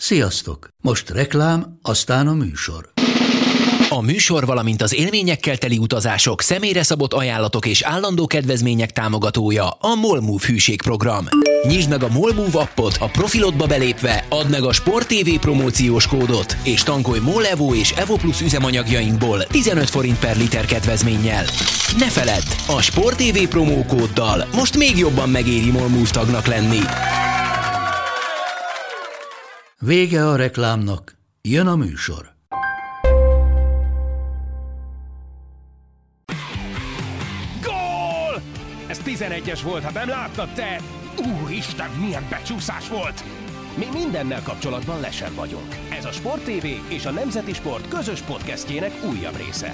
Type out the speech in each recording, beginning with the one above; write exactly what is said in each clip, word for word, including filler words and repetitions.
Sziasztok! Most reklám, aztán a műsor. A műsor, valamint az élményekkel teli utazások, személyre szabott ajánlatok és állandó kedvezmények támogatója a MOLMOVE hűségprogram. Nyisd meg a MOLMOVE appot, a profilodba belépve add meg a Sport té vé promóciós kódot, és tankolj MOL Evo és Evo Plus üzemanyagjainkból tizenöt forint per liter kedvezménnyel. Ne feledd, a Sport té vé promókóddal most még jobban megéri MOLMOVE tagnak lenni. Vége a reklámnak, jön a műsor. Gól! Ez tizenegyes volt, ha nem láttad te! Úristen, milyen becsúszás volt! Mi mindennel kapcsolatban lesen vagyunk. Ez a Sport té vé és a Nemzeti Sport közös podcastjének újabb része.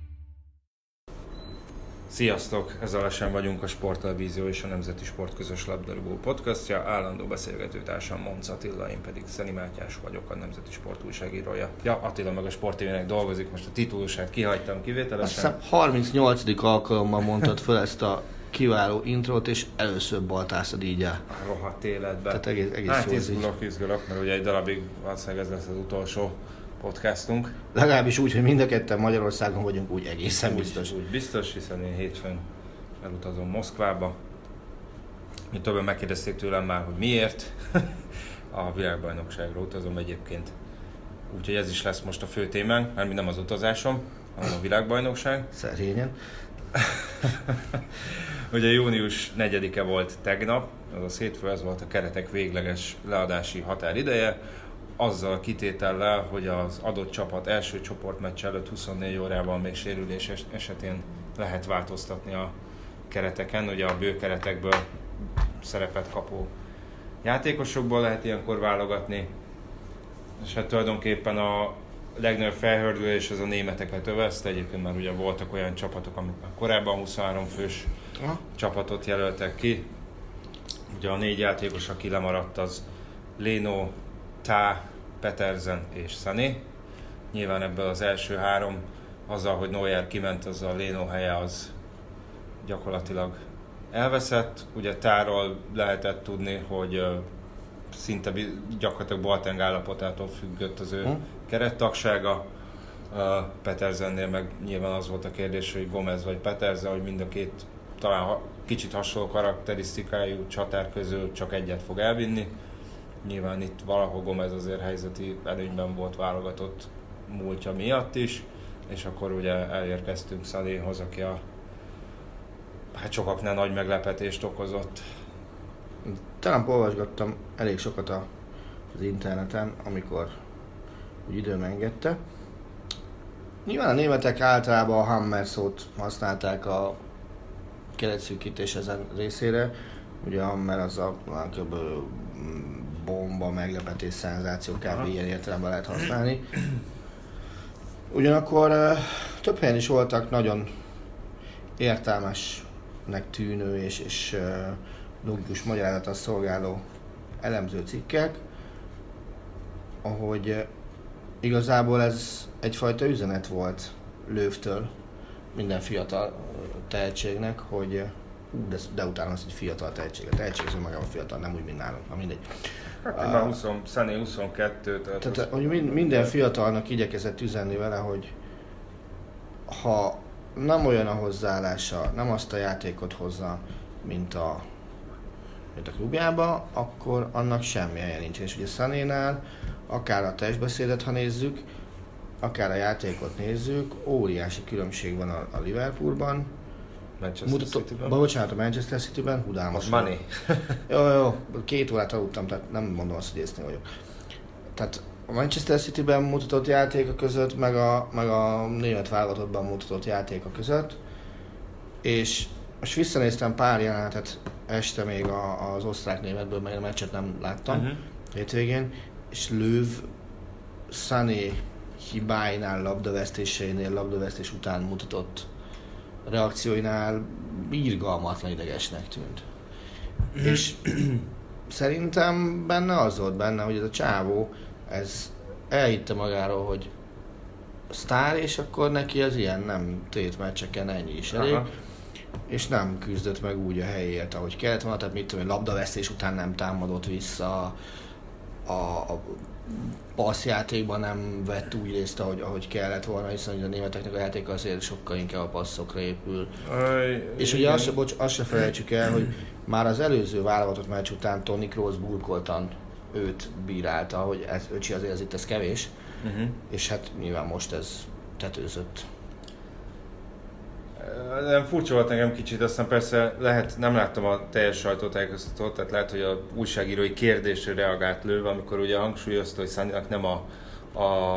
Sziasztok! Ezzel lesen vagyunk, a Sporttelevízió és a Nemzeti Sport közös labdarúgó podcastja. Állandó beszélgetőtársam Monc Attila, én pedig Szeni Mátyás vagyok, a Nemzeti Sport újságírója. Ja, Attila meg a Sport té vének dolgozik, most a titulusát kihagytam kivételesen. Azt hiszem harmincnyolcadik alkalommal mondtad fel ezt a kiváló intrót, és először baltászod így el. A rohadt életben. Tehát egész, egész hát izgulok, izgulok, mert ugye egy darabig valószínűleg ez lesz az utolsó podcastunk. Legalábbis úgy, hogy mind a ketten Magyarországon vagyunk, úgy egészen biztos. Úgy, úgy biztos, hiszen én hétfőn elutazom Moszkvába. Mi többen megkérdezték tőlem már, hogy miért. A világbajnokságra utazom egyébként. Úgyhogy ez is lesz most a fő témánk, mert nem az utazásom, hanem a világbajnokság. Szerényen. Ugye június negyedike volt tegnap, azaz hétfő, ez volt a keretek végleges leadási határideje, azzal a kitétellel, hogy az adott csapat első csoportmeccs előtt huszonnégy órával még sérülés esetén lehet változtatni a kereteken. Ugye a bő keretekből szerepet kapó játékosokból lehet ilyenkor válogatni, és hát tulajdonképpen a legnagyobb felhördülés az a németeket övezte. Egyébként már ugye voltak olyan csapatok, amik már korábban huszonhárom fős Aha. csapatot jelöltek ki. Ugye a négy játékos, aki lemaradt, az Leno, Tá, Petersen és Sané. Nyilván ebből az első három, azzal, hogy Neuer kiment, az a Leno helye az gyakorlatilag elveszett. Ugye Táról lehetett tudni, hogy uh, szinte gyakorlatilag Boateng állapotától függött az ő hmm. kerettagsága. Uh, Petersennél meg nyilván az volt a kérdés, hogy Gomez vagy Petersen, hogy mind a két talán ha, kicsit hasonló karakterisztikájú csatár közül csak egyet fog elvinni. Nyilván itt valahol Gomez azért helyzeti előnyben volt válogatott múltja miatt is, és akkor ugye elérkeztünk Sanéhoz, aki a hát sokaknál nagy meglepetést okozott. Talán olvasgattam elég sokat a, az interneten, amikor úgy időm engedte. Nyilván a németek általában a Hammer szót használták a keretszűkítés ezen részére. Ugye a Hammer az a kb. Bomba, meglepetés, szenzáció, kb. Ilyen értelemben lehet használni. Ugyanakkor uh, több helyen is voltak nagyon értelmesnek tűnő és, és uh, logikus magyarázatot szolgáló elemző cikkek, ahogy uh, igazából ez egyfajta üzenet volt Löwtől minden fiatal tehetségnek, hogy uh, de, de utána az, hogy fiatal tehetség. A tehetség az önmagában fiatal, nem úgy, mint nálunk, na mindegy. Hát már húsz, Sané huszonkettő. Tehát, tehát hogy minden fiatalnak igyekezett üzenni vele, hogy ha nem olyan a hozzáállása, nem azt a játékot hozza, mint a, mint a klubjába, akkor annak semmi helye nincs. És ugye Sanénál, akár a testbeszédet, ha nézzük, akár a játékot nézzük, óriási különbség van a, a Liverpoolban. Manchester Mutató, Cityben? Bocsánat, a Manchester Cityben, hudálmas. Az money. jó, jó, két órát aludtam, tehát nem mondom azt, hogy észnél vagyok. Tehát a Manchester Cityben mutatott játéka között, meg a, meg a német válogatottban mutatott játéka között, és most visszanéztem pár jelenetet este még a, az osztrák-németből, mert a meccset nem láttam uh-huh. hétvégén, és Löw Sané hibáinál, labdavesztéseinél, labdavesztés után mutatott reakcióinál irgalmatlan idegesnek tűnt. És szerintem benne az volt benne, hogy ez a csávó, ez elhitte magáról, hogy sztár, és akkor neki az ilyen nem tétmeccseken ennyi is elég. Aha. És nem küzdött meg úgy a helyért, ahogy kellett volna, tehát mit tudom, labdavesztés után nem támadott vissza, a, a passzjátékban nem vett úgy részt, ahogy, ahogy kellett volna, hiszen a németeknek a játéka azért sokkal inkább a passzokra épül. Aj, és ugye azt se, bocs, azt se felejtsük el, hogy már az előző válogatott meccs után Toni Kroos burkoltan őt bírálta, hogy ez, öcsi azért ez itt ez kevés, uh-huh. és hát nyilván most ez tetőzött. Nem furcsa volt nekem kicsit, aztán persze lehet, nem láttam a teljes sajtótájékoztatót, tehát lehet, hogy a újságírói kérdésre reagált lőve, amikor ugye hangsúlyozta, hogy Sunnynak nem a, a,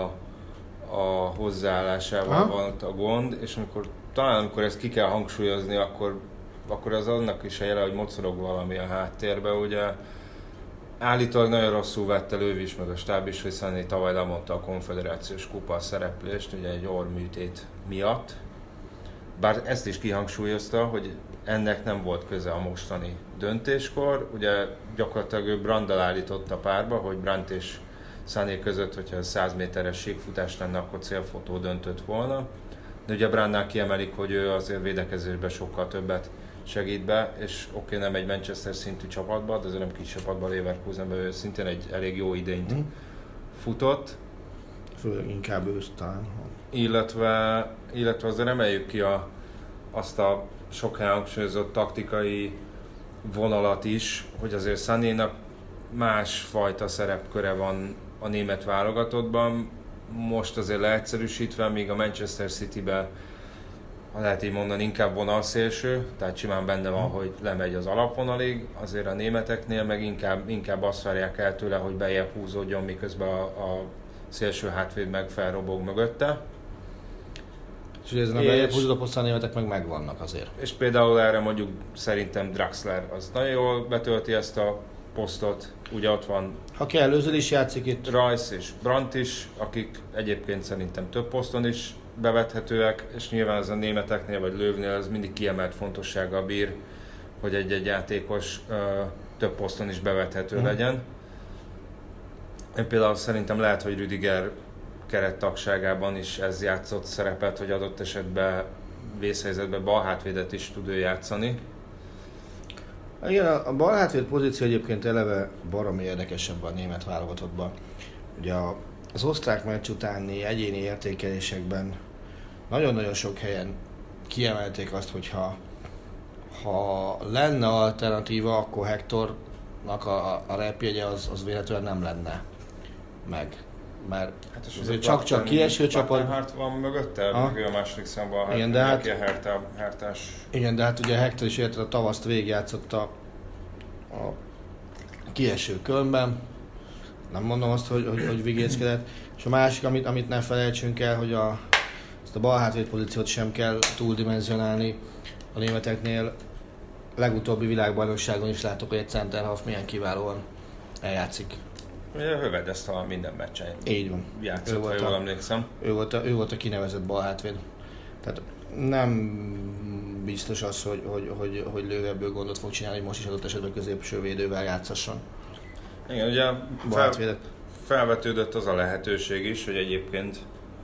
a hozzáállásával ha? van ott a gond, és amikor, talán amikor ezt ki kell hangsúlyozni, akkor, akkor az annak is a jele, hogy mocorog valami a háttérbe, ugye állítólag nagyon rosszul vette Löw is, meg a stáb is, hogy Sunny tavaly lemondta a konfederációs kupa szereplést, ugye egy orrműtét miatt. Bár ezt is kihangsúlyozta, hogy ennek nem volt köze a mostani döntéskor. Ugye gyakorlatilag ő Branddal állította párba, hogy Brandt és Sané között, hogyha száz méteres síkfutás lenne, akkor célfotó döntött volna. De ugye Brandnál kiemelik, hogy ő azért védekezésben sokkal többet segít be, és oké, okay, nem egy Manchester szintű csapatban, de azért nem kis csapatban, Leverkusenben ő szintén egy elég jó idényt mm. futott. Főleg inkább ősz talán. Illetve, illetve azért emeljük ki a, azt a sok hangsúlyozott taktikai vonalat is, hogy azért Sanénak másfajta szerepköre van a német válogatottban. Most azért leegyszerűsítve, míg a Manchester Cityben, ha lehet így mondani, inkább vonalszélső, tehát simán benne van, hogy lemegy az alapvonalig, azért a németeknél meg inkább, inkább azt várják el tőle, hogy bejebb húzódjon, miközben a, a szélső hátvéd meg felrobog mögötte. És ugye ezen a bejebb húzódó posztán németek meg megvannak azért. És például erre mondjuk szerintem Draxler az nagyon jól betölti ezt a posztot, ugye ott van... Ha kell, Özil is játszik itt. Rice és Brandt is, akik egyébként szerintem több poszton is bevethetőek, és nyilván ez a németeknél vagy Löwnél az mindig kiemelt fontossággal bír, hogy egy-egy játékos ö, több poszton is bevethető mm. legyen. Én például szerintem lehet, hogy Rüdiger kerettagságában is ez játszott szerepet, hogy adott esetben vészhelyzetben bal hátvédet is tud ő játszani. Igen, a bal hátvéd pozíció egyébként eleve baromi érdekesebb a német válogatottban. Ugye az osztrák meccs utáni egyéni értékelésekben nagyon-nagyon sok helyen kiemelték azt, hogy ha, ha lenne alternatíva, akkor Hectornak a, a repjegye az, az véletlenül nem lenne meg. Mert hát azért csak-csak kieső csapat... Plattenhardt van mögötte, ő a második számban, igen, de hát, a Hertás. Igen, de hát ugye Hector is érted, a tavaszt végigjátszott a, a kieső Kölnben. Nem mondom azt, hogy, hogy, hogy vigéckedett. És a másik, amit, amit ne felejtsünk el, hogy a, ezt a bal hátvéd pozíciót sem kell túldimenzionálni a németeknél. Legutóbbi világbajnokságon is látok, hogy egy centerhalf milyen kiválóan eljátszik. Höved ezt talán minden meccsen így van. Játszott, ha jól emlékszem. Ő volt, a, ő volt a kinevezett bal hátvéd. Tehát nem biztos az, hogy, hogy, hogy, hogy Löw ebből gondot fog csinálni, hogy most is adott esetben középső védővel játszasson. Igen, ugye fel, felvetődött az a lehetőség is, hogy egyébként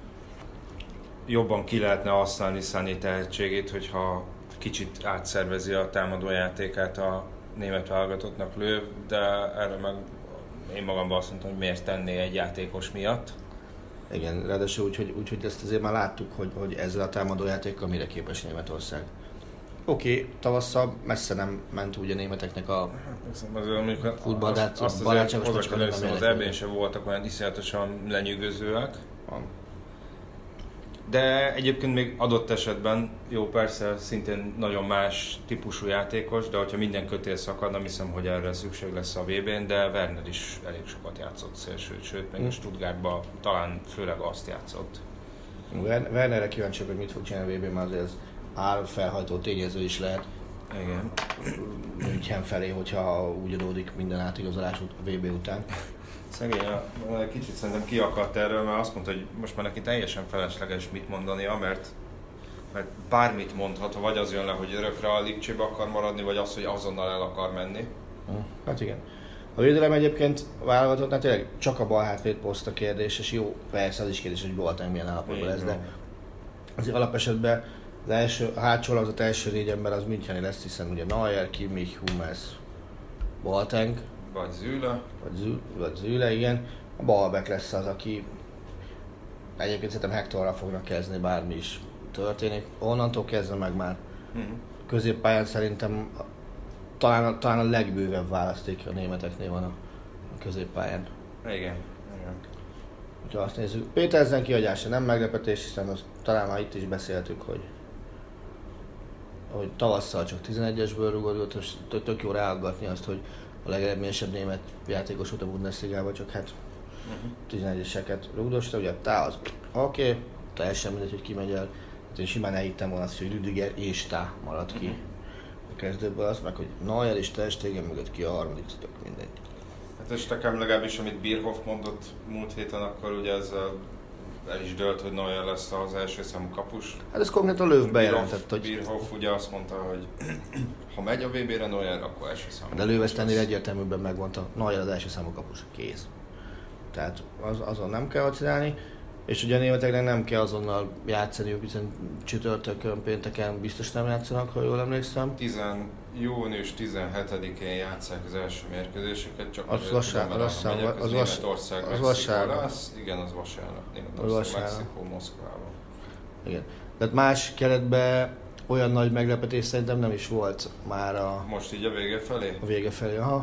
jobban ki lehetne használni Sané tehetségét, hogyha kicsit átszervezi a támadójátékát a német válogatottnak Löw, de erre meg én magamban azt mondtam, hogy miért tenné egy játékos miatt. Igen, ráadásul úgy, hogy, úgy, hogy ezt azért már láttuk, hogy, hogy ezzel a támadójátékkal mire képes Németország. Oké, okay, tavasszal messze nem ment úgy a németeknek a futballát, azt azért hozzá kell először, az é bén sem voltak olyan iszonyatosan lenyűgözőek. Van. De egyébként még adott esetben, jó persze, szintén nagyon más típusú játékos, de hogyha minden kötél szakad, nem hiszem, hogy erre szükség lesz a vé bén, de Werner is elég sokat játszott szélsőt, sőt, még hmm. a Stuttgartban talán főleg azt játszott. Wernerre kíváncsiak, hogy mit fog csinálni a vé bén, mert azért ez árfelhajtó tényező is lehet. Igen. München felé, hogyha úgy adódik minden átigazolás a vé bé után. Szegény, egy kicsit szerintem kiakadt erről, mert azt mondta, hogy most már neki teljesen felesleges mit mondania, mert, mert bármit mondhat, vagy az jön le, hogy örökre a Lipcsébe akar maradni, vagy az, hogy azonnal el akar menni. Hát igen. A védelem egyébként válogatottnál tényleg csak a bal hátvéd poszt a kérdés, és jó, persze az is kérdés, hogy Boateng milyen állapotban lesz, de azért alapesetben az első, a hátsó az első négy ember az Müncheni lesz, hiszen ugye Neuer, Kimmich, Hummels, Boateng, vagy Züle. Vagy, Zü, vagy Züle, igen. A Balbeck lesz az, aki egyébként szerintem Hectorral fognak kezdeni, bármi is történik. Onnantól kezdve meg már uh-huh. középpályán szerintem talán, talán a legbővebb választék a németeknél van a, a középpályán. Igen. Igen. Ha azt nézzük, Pétersen kihagyása nem meglepetés, hiszen azt talán már itt is beszéltük, hogy hogy tavasszal csak tizenegyesből rugott, és tök jó ráaggatni azt, hogy a legeredményesebb német játékos volt a Bundesligában, csak hát uh-huh. tizenegyeseket rugdosta, ugye Tá az oké, okay, teljesen mindegy, hogy ki megy el. Hát én simán elhittem volna azt, hogy Rüdiger és Tá marad ki uh-huh. a kezdőből, az meg, hogy Neuer és Ter Stegen mögött ki a harmadik, az tök mindegy. Hát és nekem legalábbis, amit Bierhoff mondott múlt héten, akkor ugye ez el is dőlt, hogy Neuer lesz az első számú kapus. Hát ez konkrétan Löw bejelentett, hogy... Bierhoff ugye azt mondta, hogy ha megy a vé bére Neuer, akkor első számú. De Löw ezt ennél egyértelműbben megmondta, Neuer az első számú kapus, kész. Tehát az, azon nem kell csinálni, és ugye a németeknek nem kell azonnal játszaniuk, hiszen csütörtökön, pénteken biztos nem játszanak, ha jól emlékszem. június tizenhetedikén játsszák az első mérkőzéseket, csak az vasárnap, az, az, az, az, Németország, az vasárnap. Lesz. Igen, az vasárnap. Németország, Mexikó, Moszkvában. Igen. Tehát más keretben olyan nagy meglepetés szerintem nem is volt már a... Most így a vége felé? A vége felé, aha.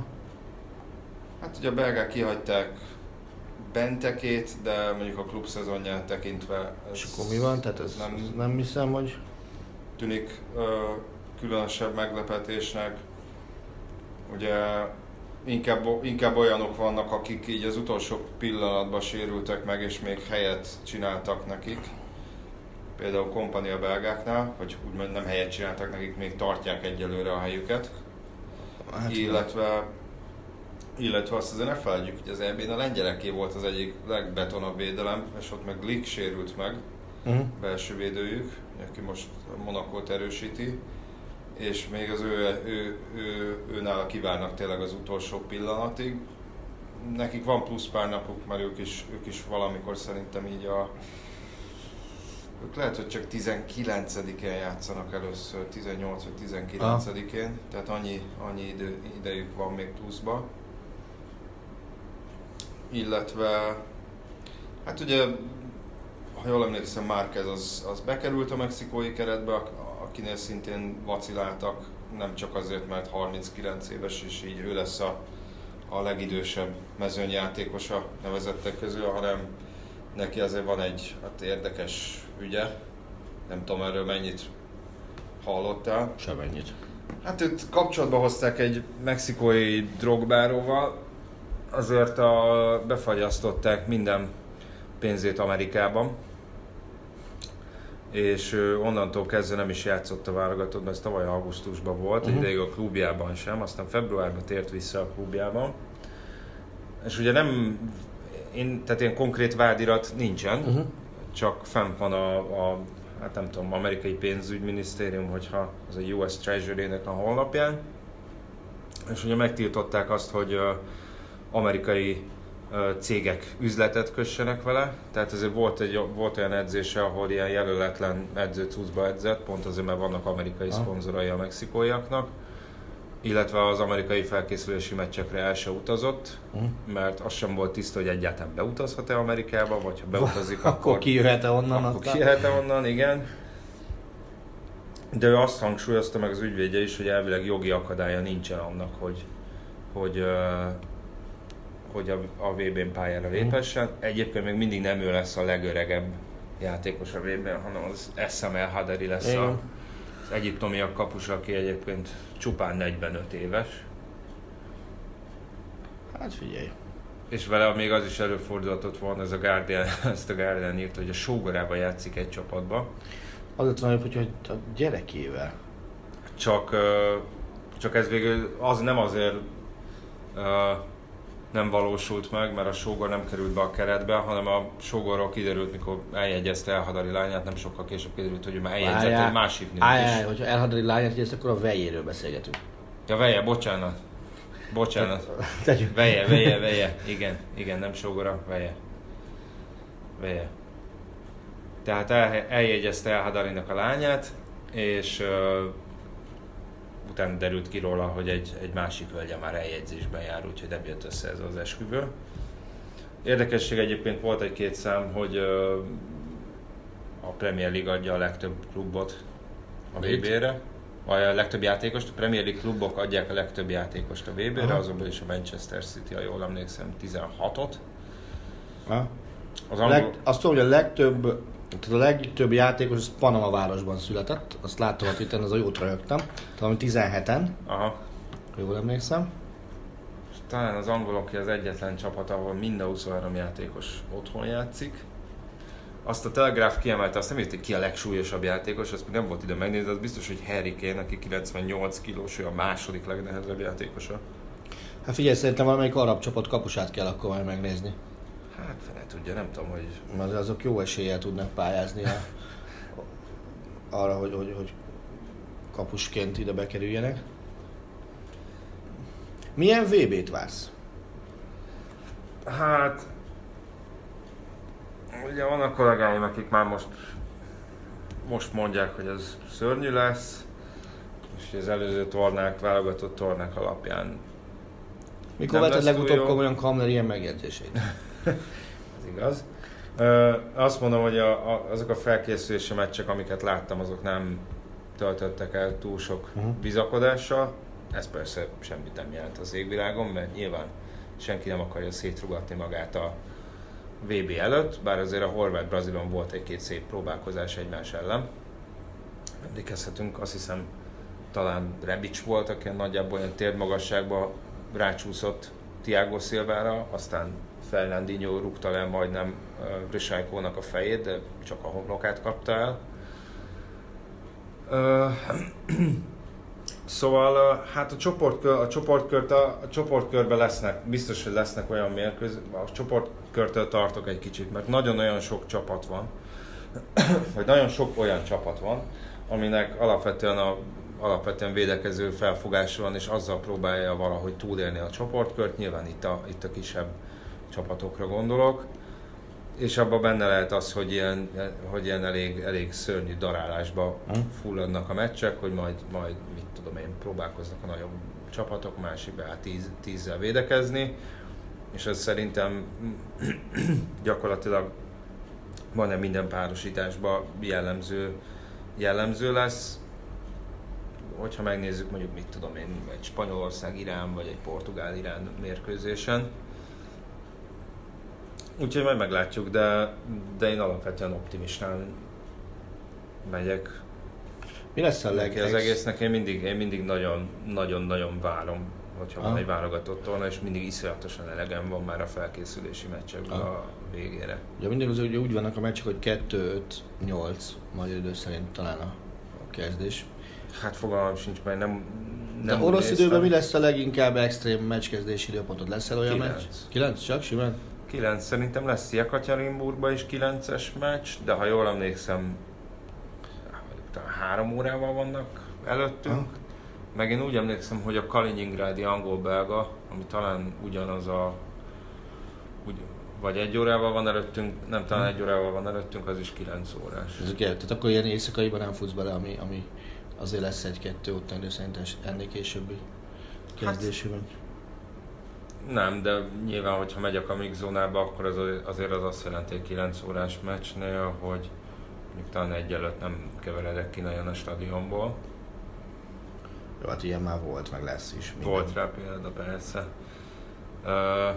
Hát ugye a belgák kihagyták Bentekét, de mondjuk a klub szezonját tekintve... Ez, és akkor mi van? Tehát ez nem, nem hiszem, hogy... Tűnik uh, különösebb meglepetésnek. Ugye inkább, inkább olyanok vannak, akik így az utolsó pillanatban sérültek meg, és még helyet csináltak nekik. Például Kompany a belgáknál, vagy úgymond nem helyet csináltak nekik, még tartják egyelőre a helyüket. Hát, illetve, illetve azt azért ne felejtjük, hogy az é bén a lengyeleké volt az egyik legbetonabb védelem, és ott meg Glick sérült meg, uh-huh. belső védőjük, aki most Monakót erősíti, és még az ő, ő, ő, őnála kivárnak tényleg az utolsó pillanatig. Nekik van plusz pár napuk, mert ők is, ők is valamikor szerintem így a... Ők lehet, hogy csak tizenkilencedikén játszanak először, tizennyolc vagy tizenkilencedikén, ah. tehát annyi, annyi idő, idejük van még pluszba. Illetve, hát ugye, ha jól emlékszem, Márquez az, az bekerült a mexikói keretbe, akinél szintén vaciláltak, nem csak azért, mert harminckilenc éves, és így ő lesz a, a legidősebb mezőnyjátékosa nevezettek közül, hanem neki azért van egy hát érdekes ügye. Nem tudom, erről mennyit hallottál? Semennyit. Hát őt kapcsolatba hozták egy mexikói drogbáróval, azért a, befagyasztották minden pénzét Amerikában, és onnantól kezdve nem is játszott a válogatott, mert ez tavaly augusztusban volt, uh-huh. egy ideig a klubjában sem, aztán februárban tért vissza a klubjában. És ugye nem, én, tehát ilyen konkrét vádirat nincsen, uh-huh. csak fent van a, a, hát nem tudom, amerikai pénzügyminisztérium, hogyha az a U S Treasury-nek a honlapján. És ugye megtiltották azt, hogy uh, amerikai uh, cégek üzletet kössenek vele, tehát ezért volt, egy, volt olyan edzése, ahol ilyen jelöletlen edzőcucba edzett, pont azért, mert vannak amerikai ah. szponzorai a mexikóiaknak, illetve az amerikai felkészülési meccsekre el se utazott, uh-huh. mert az sem volt tiszta, hogy egyáltalán beutazhat-e Amerikába, vagy ha beutazik, akkor, akkor kijöhet-e onnan. Akkor kijöhet-e onnan, igen. De ő azt hangsúlyozta meg az ügyvédje is, hogy elvileg jogi akadálya nincsen annak, hogy, hogy, hogy a, a vé bén pályára léphessen. Egyébként még mindig nem ő lesz a legöregebb játékos a vé bén, hanem az Essam El Hadary lesz a, az egyiptomiak kapus, aki egyébként csupán negyvenöt éves. Hát figyelj. És vele még az is előfordulhatott volna, ez a Guardian, ezt a Guardian írt, hogy a sógorában játszik egy csapatba. Az van, hogy a gyerekével. Csak, csak ez végül az nem azért nem valósult meg, mert a sógor nem került be a keretbe, hanem a sógorról kiderült, mikor eljegyezte El Hadary lányát, nem sokkal később kiderült, hogy ő már eljegyzett egy másik nőt is. Ájjáj, hogyha El Hadary lányát jegyez, akkor a vejéről beszélgetünk. Ja, veje, bocsánat. Bocsánat. Tegyük. Veje, veje, veje. Igen, igen, nem sógora, veje. Veje. Tehát el, eljegyezte El Hadarynak a lányát, és uh, utána derült ki róla, hogy egy, egy másik hölgye már eljegyzésben jár, úgyhogy nem jött össze ez az esküvő. Érdekesség egyébként volt egy-két szám, hogy a Premier League adja a legtöbb klubot a vé bé-re. Vagy a legtöbb játékost, a Premier League klubok adják a legtöbb játékost a vé bé-re, azonban is a Manchester City, ha jól emlékszem, tizenhatot. Ha? Az angol... Leg, azt tudom, hogy a legtöbb, tehát a legtöbb játékos az Panama városban született, azt láttam a Twitteren, az a jót röhögtem, talán tizenheten, aha. Jól emlékszem. És talán az angoloké az egyetlen csapat, ahol minden huszonhárom játékos otthon játszik. Azt a Telegraph kiemelte, azt nem érték ki a legsúlyosabb játékos, azt még nem volt ide megnézni, de az biztos, hogy Harry Kane, aki kilencvennyolc kilós, ő a második legnehezebb játékosa. Hát figyelj, szerintem valamelyik arab csapat kapusát kell akkor majd megnézni. Hát fene tudja, nem tudom, hogy... Mert azok jó eséllyel tudnak pályázni a, arra, hogy, hogy, hogy kapusként ide bekerüljenek. Milyen vé bét vársz? Hát... Ugye vannak kollégáim, akik már most, most mondják, hogy ez szörnyű lesz, és az előző tornák, válogatott tornák alapján. Mikor vetted legutóbb komolyan Kamler ilyen megjegyzését? Ez igaz. Ö, azt mondom, hogy a, a, azok a felkészülési meccsek, amiket láttam, azok nem töltöttek el túl sok uh-huh. bizakodással. Ez persze semmit nem jelent az égvilágon, mert nyilván senki nem akarja szétrugatni magát a vé bé előtt, bár azért a horvát-brazilon volt egy-két szép próbálkozás egymás ellen. Emlékezhetünk, azt hiszem, talán Rebic volt, aki nagyjából olyan térdmagasságban rácsúszott Thiago Silvára, aztán Fernandinho rúgta le majdnem Vrsaljkónak a fejét, de csak a homlokát kapta el. Szóval hát a, csoportkör, a, csoportkört, a, a csoportkörben lesznek, biztos, hogy lesznek olyan mérkőzések, a csoportkörtől tartok egy kicsit, mert nagyon-nagyon sok csapat van, vagy nagyon sok olyan csapat van, aminek alapvetően, a, alapvetően védekező felfogása van, és azzal próbálja valahogy túlélni a csoportkört, nyilván itt a, itt a kisebb csapatokra gondolok, és abban benne lehet az, hogy ilyen, hogy ilyen elég, elég szörnyű darálásba fulladnak a meccsek, hogy majd, majd mit tudom én, próbálkoznak a nagyobb csapatok, másik beáll tíz, tízzel védekezni, és ez szerintem gyakorlatilag majdnem minden párosításban jellemző, jellemző lesz. Hogyha megnézzük mondjuk, mit tudom én, egy Spanyolország-Irán vagy egy Portugál-Irán mérkőzésen. Úgyhogy majd meglátjuk, de, de én alapvetően optimistán megyek. Mi lesz a leg... Az egésznek én mindig, én mindig nagyon, nagyon, nagyon várom, hogyha ah. van egy válogatott torna, és mindig iszonyatosan elegem van már a felkészülési meccsekből ah. a végére. Ugye mindig az, hogy úgy vannak a meccsek, hogy kettő öt nyolc magyar idő szerint talán a, a kezdés. Hát fogalmam sincs, mert nem, nem de orosz néztem. Időben mi lesz a leginkább extrém meccskezdési időpontod? Lesz el olyan meccs? kilenc csak simán? kilenc szerintem lesz Jekaterinburgban is kilences meccs, de ha jól emlékszem, talán három órával vannak előttünk. Ha. Meg én úgy emlékszem, hogy a Kaliningrádi angol-belga, ami talán ugyanaz a, úgy, vagy egy órával van előttünk, nem talán egy órával van előttünk, az is kilenc órás. Ez okay. Tehát akkor ilyen éjszakaiban nem futsz bele, ami, ami azért lesz egy-kettő utána, de szerintem ennél későbbi kezdésében. Hát, nem, de nyilván, hogyha megyek a mix zónába, akkor az azért az azt jelenti egy kilenc órás meccsnél, hogy még talán egy előtt nem keveredek ki nagyon a stadionból. Jó, hát ilyen már volt, meg lesz is. Minden. Volt rá példa, persze. Uh,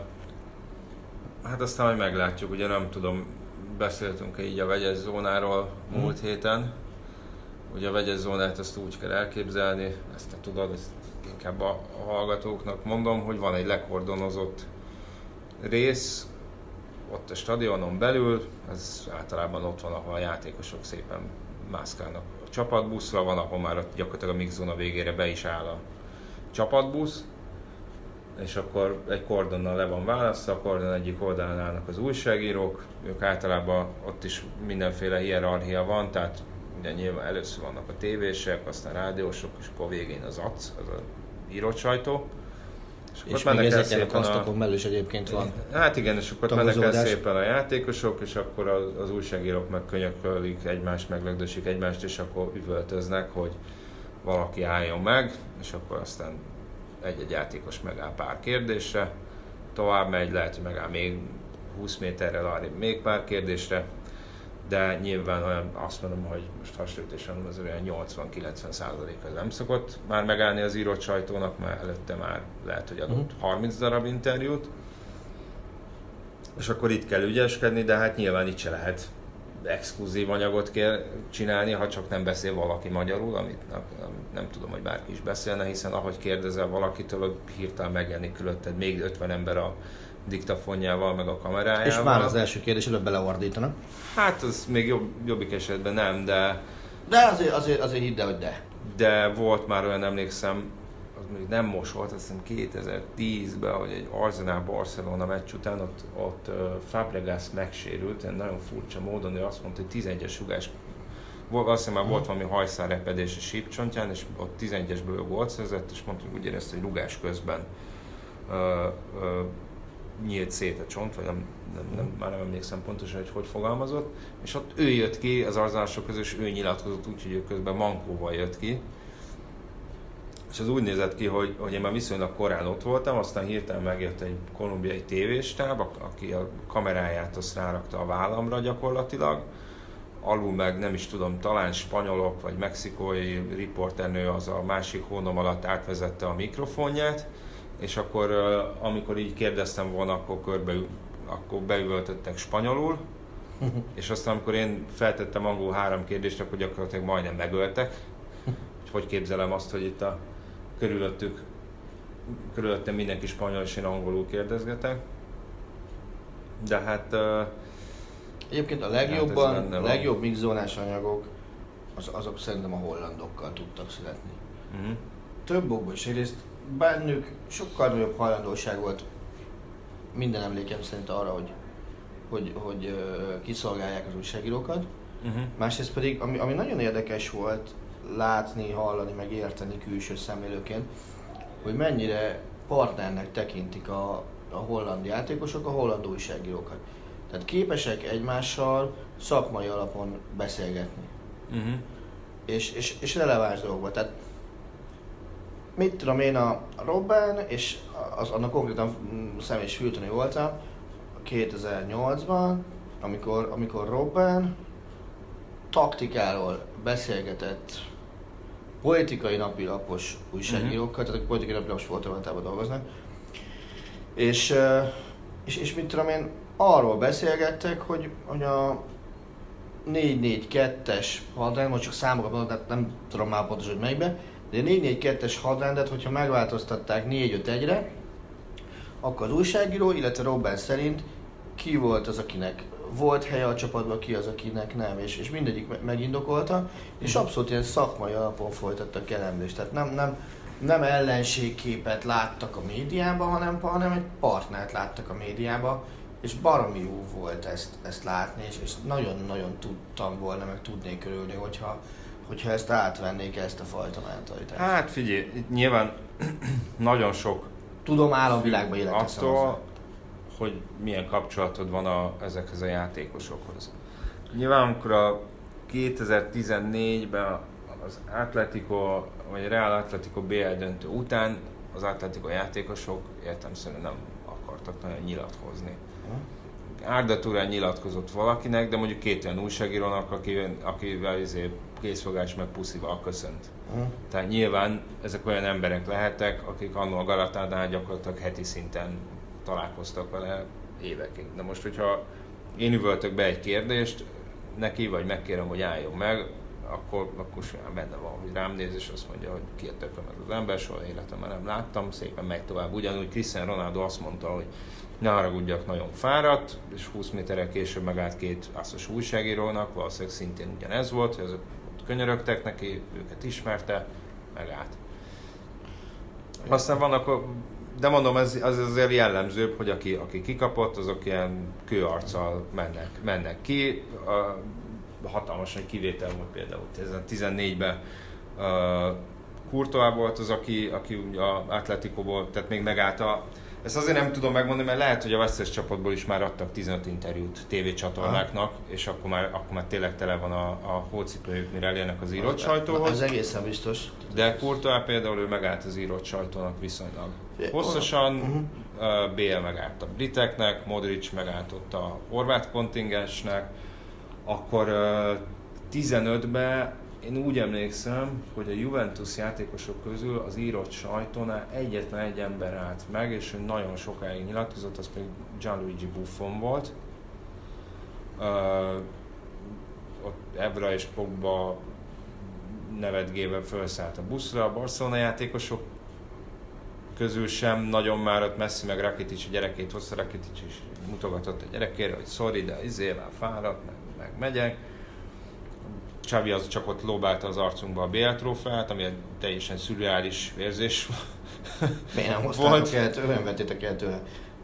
hát aztán majd meglátjuk, ugye nem tudom, beszéltünk így a vegyes zónáról hmm. múlt héten. Ugye a vegyes zónát ezt úgy kell elképzelni, ezt te tudod, ezt inkább a hallgatóknak mondom, hogy van egy lekordonozott rész ott a stadionon belül, ez általában ott van, ahol a játékosok szépen mászkálnak a csapatbuszra, van, ahol már ott gyakorlatilag a mixzóna végére be is áll a csapatbusz, és akkor egy kordonnal le van választva, a kordon egyik oldalán állnak az újságírók, ők általában ott is mindenféle hierarchia van, tehát ugye nyilván először vannak a tévések, aztán rádiósok, és akkor végén az á cé, az a írott sajtó. És, és még ezeken a kasztokon belül is egyébként van. Hát igen, és akkor mennek el szépen a játékosok, és akkor az, az újságírók meg könyökölik egymást, meglögdösik egymást, és akkor üvöltöznek, hogy valaki álljon meg, és akkor aztán egy-egy játékos megáll pár kérdésre, tovább megy, lehet, hogy megáll még húsz méterrel arrébb még pár kérdésre, de nyilván olyan, azt mondom, hogy most hasonlításon az olyan nyolcvan-kilencven százalék az nem szokott már megállni az írott sajtónak, mert előtte már lehet, hogy adott uh-huh. harminc darab interjút, és akkor itt kell ügyeskedni, de hát nyilván itt se lehet exkluzív anyagot kell csinálni, ha csak nem beszél valaki magyarul, amit nem tudom, hogy bárki is beszélne, hiszen ahogy kérdezel valakitől, hirtelen megjelenik körülötted még ötven ember a diktafonjával, meg a kamerájával. És már az első kérdés előbb beleordítanak. Hát az még jobb, jobbik esetben nem, de... De azért, azért, azért hidd el, hogy de. De volt már olyan, emlékszem, az még nem most volt, azt hiszem kétezer-tízben, hogy egy Arsenal-Barcelona meccs után ott, ott uh, Fabregas megsérült, nagyon furcsa módon, ő azt mondta, hogy tizenegyes rugás, azt hiszem már hmm. volt valami hajszálrepedés a sípcsontján, és ott tizenegyesből gólt szerzett, és mondta, hogy úgy érezte, hogy rugás közben uh, uh, nyílt szét a csont, vagy nem, nem, nem, már nem emlékszem pontosan, hogy hogy fogalmazott, és ott ő jött ki az arzenálosok közül, és ő nyilatkozott úgy, hogy ő közben mankóval jött ki. És az úgy nézett ki, hogy, hogy én már viszonylag korán ott voltam, aztán hirtelen megjött egy kolumbiai tévéstáb, aki a kameráját azt rárakta a vállamra gyakorlatilag, alul meg nem is tudom, talán spanyolok vagy mexikói riporternő az a másik hónom alatt átvezette a mikrofonját, és akkor amikor így kérdeztem volna, akkor, körbe, akkor beüvöltöttek spanyolul, és aztán amikor én feltettem angolul három kérdést, akkor gyakorlatilag majdnem megöltek. Hogy képzelem azt, hogy itt a körülöttük, körülöttem mindenki spanyol, és én angolul kérdezgetek. De hát... Egyébként a legjobban, a legjobb mixzónás anyagok, az, azok szerintem a hollandokkal tudtak születni. Uh-huh. Több okból is. Egyrészt bennük sokkal nagyobb hajlandóság volt minden emlékem szerint arra, hogy, hogy, hogy uh, kiszolgálják az újságírókat. Uh-huh. Másrészt pedig, ami, ami nagyon érdekes volt látni, hallani, meg érteni külső szemlélőként, hogy mennyire partnernek tekintik a, a holland játékosok, a holland újságírókat. Tehát képesek egymással szakmai alapon beszélgetni. Uh-huh. És, és, és releváns dolgokban. Tehát mit tudom én, a Robben, és az, annak konkrétan személyes fültönő voltam kétezer-nyolcban, amikor, amikor Robben taktikáról beszélgetett politikai napilapos újságírókkal, uh-huh. tehát a politikai napilapos fordulótában dolgoznak, és, és, és mit tudom én, arról beszélgettek, hogy, hogy a négy négy kettes hadrend, most csak számokat mondom, tehát nem tudom már pontosan, hogy melyikbe, de a négy négy kettes hadrendet, hogyha megváltoztatták négy öt egyre, akkor az újságíró, illetve Robben szerint ki volt az, akinek volt helye a csapatban, ki az, akinek nem, és, és mindegyik megindokolta, és abszolút ilyen szakmai alapon folytattak elemzést. Tehát nem, nem, nem ellenségképet láttak a médiában, hanem, hanem egy partnert láttak a médiában, és baromi jó volt ezt, ezt látni, és, és nagyon-nagyon tudtam volna, meg tudnék örülni, hogyha, hogyha ezt átvennék, ezt a fajta mentalitást. Hát figyelj, itt nyilván nagyon sok tudom, államvilágban élek attól, hogy milyen kapcsolatod van a, ezekhez a játékosokhoz. Nyilván amikor a kétezer-tizennégyben az Atletico, vagy Real Atletico bé el döntő után az Atletico játékosok értelemszerűen nem akartak nagyon nyilatkozni. Arda Turán nyilatkozott valakinek, de mondjuk két olyan újságírónak, akivel, akivel izé készfogás meg puszival köszönt. Uh. Tehát nyilván ezek olyan emberek lehettek, akik annó a Galatánál gyakorlatilag heti szinten találkoztak vele évekig. De most, hogyha én üvöltök be egy kérdést neki, vagy megkérem, hogy álljon meg, akkor, akkor simán benne van, hogy rám néz, és azt mondja, hogy ki a tököm ez az ember, soha életemben nem láttam, szépen megy tovább. Ugyanúgy Cristiano Ronaldo azt mondta, hogy ne haragudjak, nagyon fáradt, és húsz méterrel később megállt két ászos újságírónak, valószínűleg szintén ugyanez volt, hogy azok könyörögtek neki, őket ismerte, megállt. Aztán vannak, de mondom, ez, az azért jellemzőbb, hogy aki, aki kikapott, azok ilyen kőarccal mennek, mennek ki. A, hatalmas egy kivétel volt például tizennégyben uh, Courtois volt az, aki, aki a Atletico-ból, tehát még megállt a Ezt azért nem tudom megmondani, mert lehet, hogy a vesztes csapatból is már adtak tizenöt interjút tévécsatornáknak, és akkor már, akkor már tényleg tele van a, a hócipőjük, mire elérnek az írott sajtóhoz. Ez egészen biztos. De Courtois például ő megállt az írott sajtónak viszonylag hosszasan, uh-huh. bé el megállt a briteknek, Modric megállt ott a horvát kontingensnek, akkor tizenötben én úgy emlékszem, hogy a Juventus játékosok közül az írott sajtónál egyetlen egy ember állt meg, és ő nagyon sokáig nyilatkozott, az pedig Gianluigi Buffon volt. Uh, ott Evra és Pogba nevetgében felszállt a buszra, a Barcelona játékosok közül sem nagyon már ott Messi meg Rakitic a gyerekét hozta, Rakitic is mutogatott a gyerekére, hogy sorry, de izével fáradt, meg, meg megyek. Xavi az csak ott lóbálta az arcunkba a bé el trófeát, ami egy teljesen szürreális érzés Miért nem hoztátok el tőle, nem vettétek el tőle?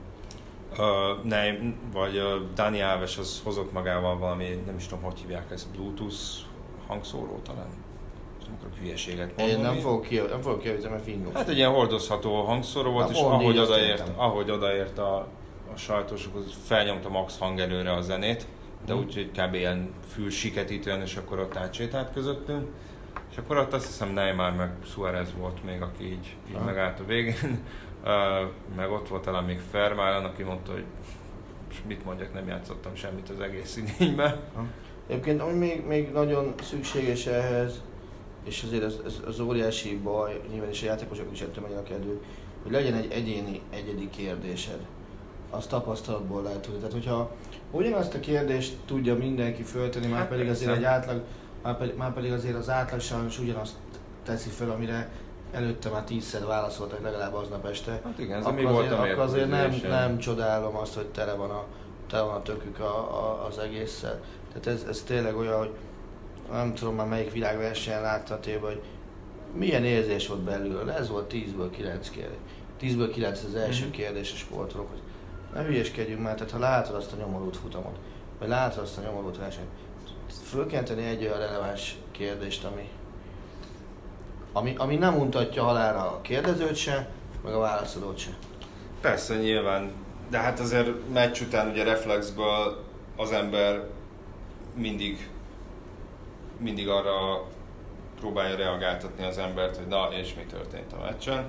Uh, nem, vagy uh, Dani Alves az hozott magával valami, nem is tudom, hogy hívják ezt, Bluetooth hangszóró talán. Nem akarok hülyeséget mondani. Én nem fogok ki, nem fogok kiavítani, mert fingom. Hát egy ilyen hordozható hangszóró volt, és ahogy odaért, ahogy odaért a, a sajtósokhoz, felnyomta max hangerőre a zenét, de hmm. úgy, hogy kb. Ilyen fülsiketítően, és akkor ott átsétált közöttünk. És akkor ott azt hiszem Neymar meg Suárez volt még, aki így, így ah. megállt a végén. Uh, meg ott volt talán még Fermán, aki mondta, hogy mit mondjak, nem játszottam semmit az egész idényben. Ah. Egyébként ami még, még nagyon szükséges ehhez, és azért ez, ez az óriási baj, nyilván is a játékosok is ettől megyenek elő, hogy legyen egy egyéni, egyedi kérdésed. Az tapasztalatból lehet tudni. Tehát hogyha ugyanazt a kérdést tudja mindenki föltenni, már hát pedig azért egy átlag, már pedig, már pedig azért az átlag sajnos ugyanazt teszi fel, amire előtte már tízszer válaszoltak legalább aznap este. Hát igen, ez akkor mi azért, volt akkor azért nem, nem csodálom azt, hogy tele van a, tele van a tökük a, a, az egésszel. Tehát ez, ez tényleg olyan, hogy nem tudom már melyik világversenyen látta téve, hogy milyen érzés volt belül. Ez volt tízből kilenc kérdés. tízből kilenc az első mm-hmm. kérdés a sportolók, hogy ne hülyeskedjünk már, tehát ha látod azt a nyomorult futamot, vagy látod azt a nyomorult versenyt, föl kell tenni egy olyan releváns kérdést, ami, ami, ami nem mutatja halálra a kérdezőt se, meg a válaszadót se. Persze, nyilván, de hát azért meccs után ugye reflexből az ember mindig, mindig arra próbálja reagáltatni az embert, hogy na, és mi történt a meccsen.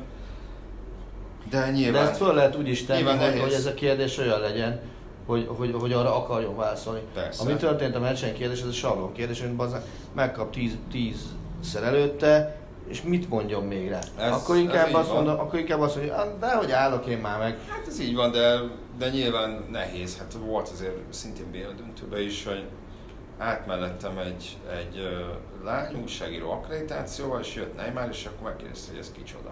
De nyilván... De ezt föl lehet úgy is tenni, hogy, hogy ez a kérdés olyan legyen, hogy, hogy, hogy arra akarjon válaszolni. Persze. Ami történt a meccsen kérdés, ez a sablon kérdés, hogy bazen megkap tíz, tízszer előtte, és mit mondjon még rá? Ez, akkor, inkább azt mondom, akkor inkább azt mondja, hogy de hogy állok én már meg. Hát ez így van, de, de nyilván nehéz. Hát volt azért szintén bé el döntőben is, hogy át mellettem egy, egy uh, lány újságíró akkreditációval, és jött Neymar, és akkor megkérdezte, hogy ez kicsoda.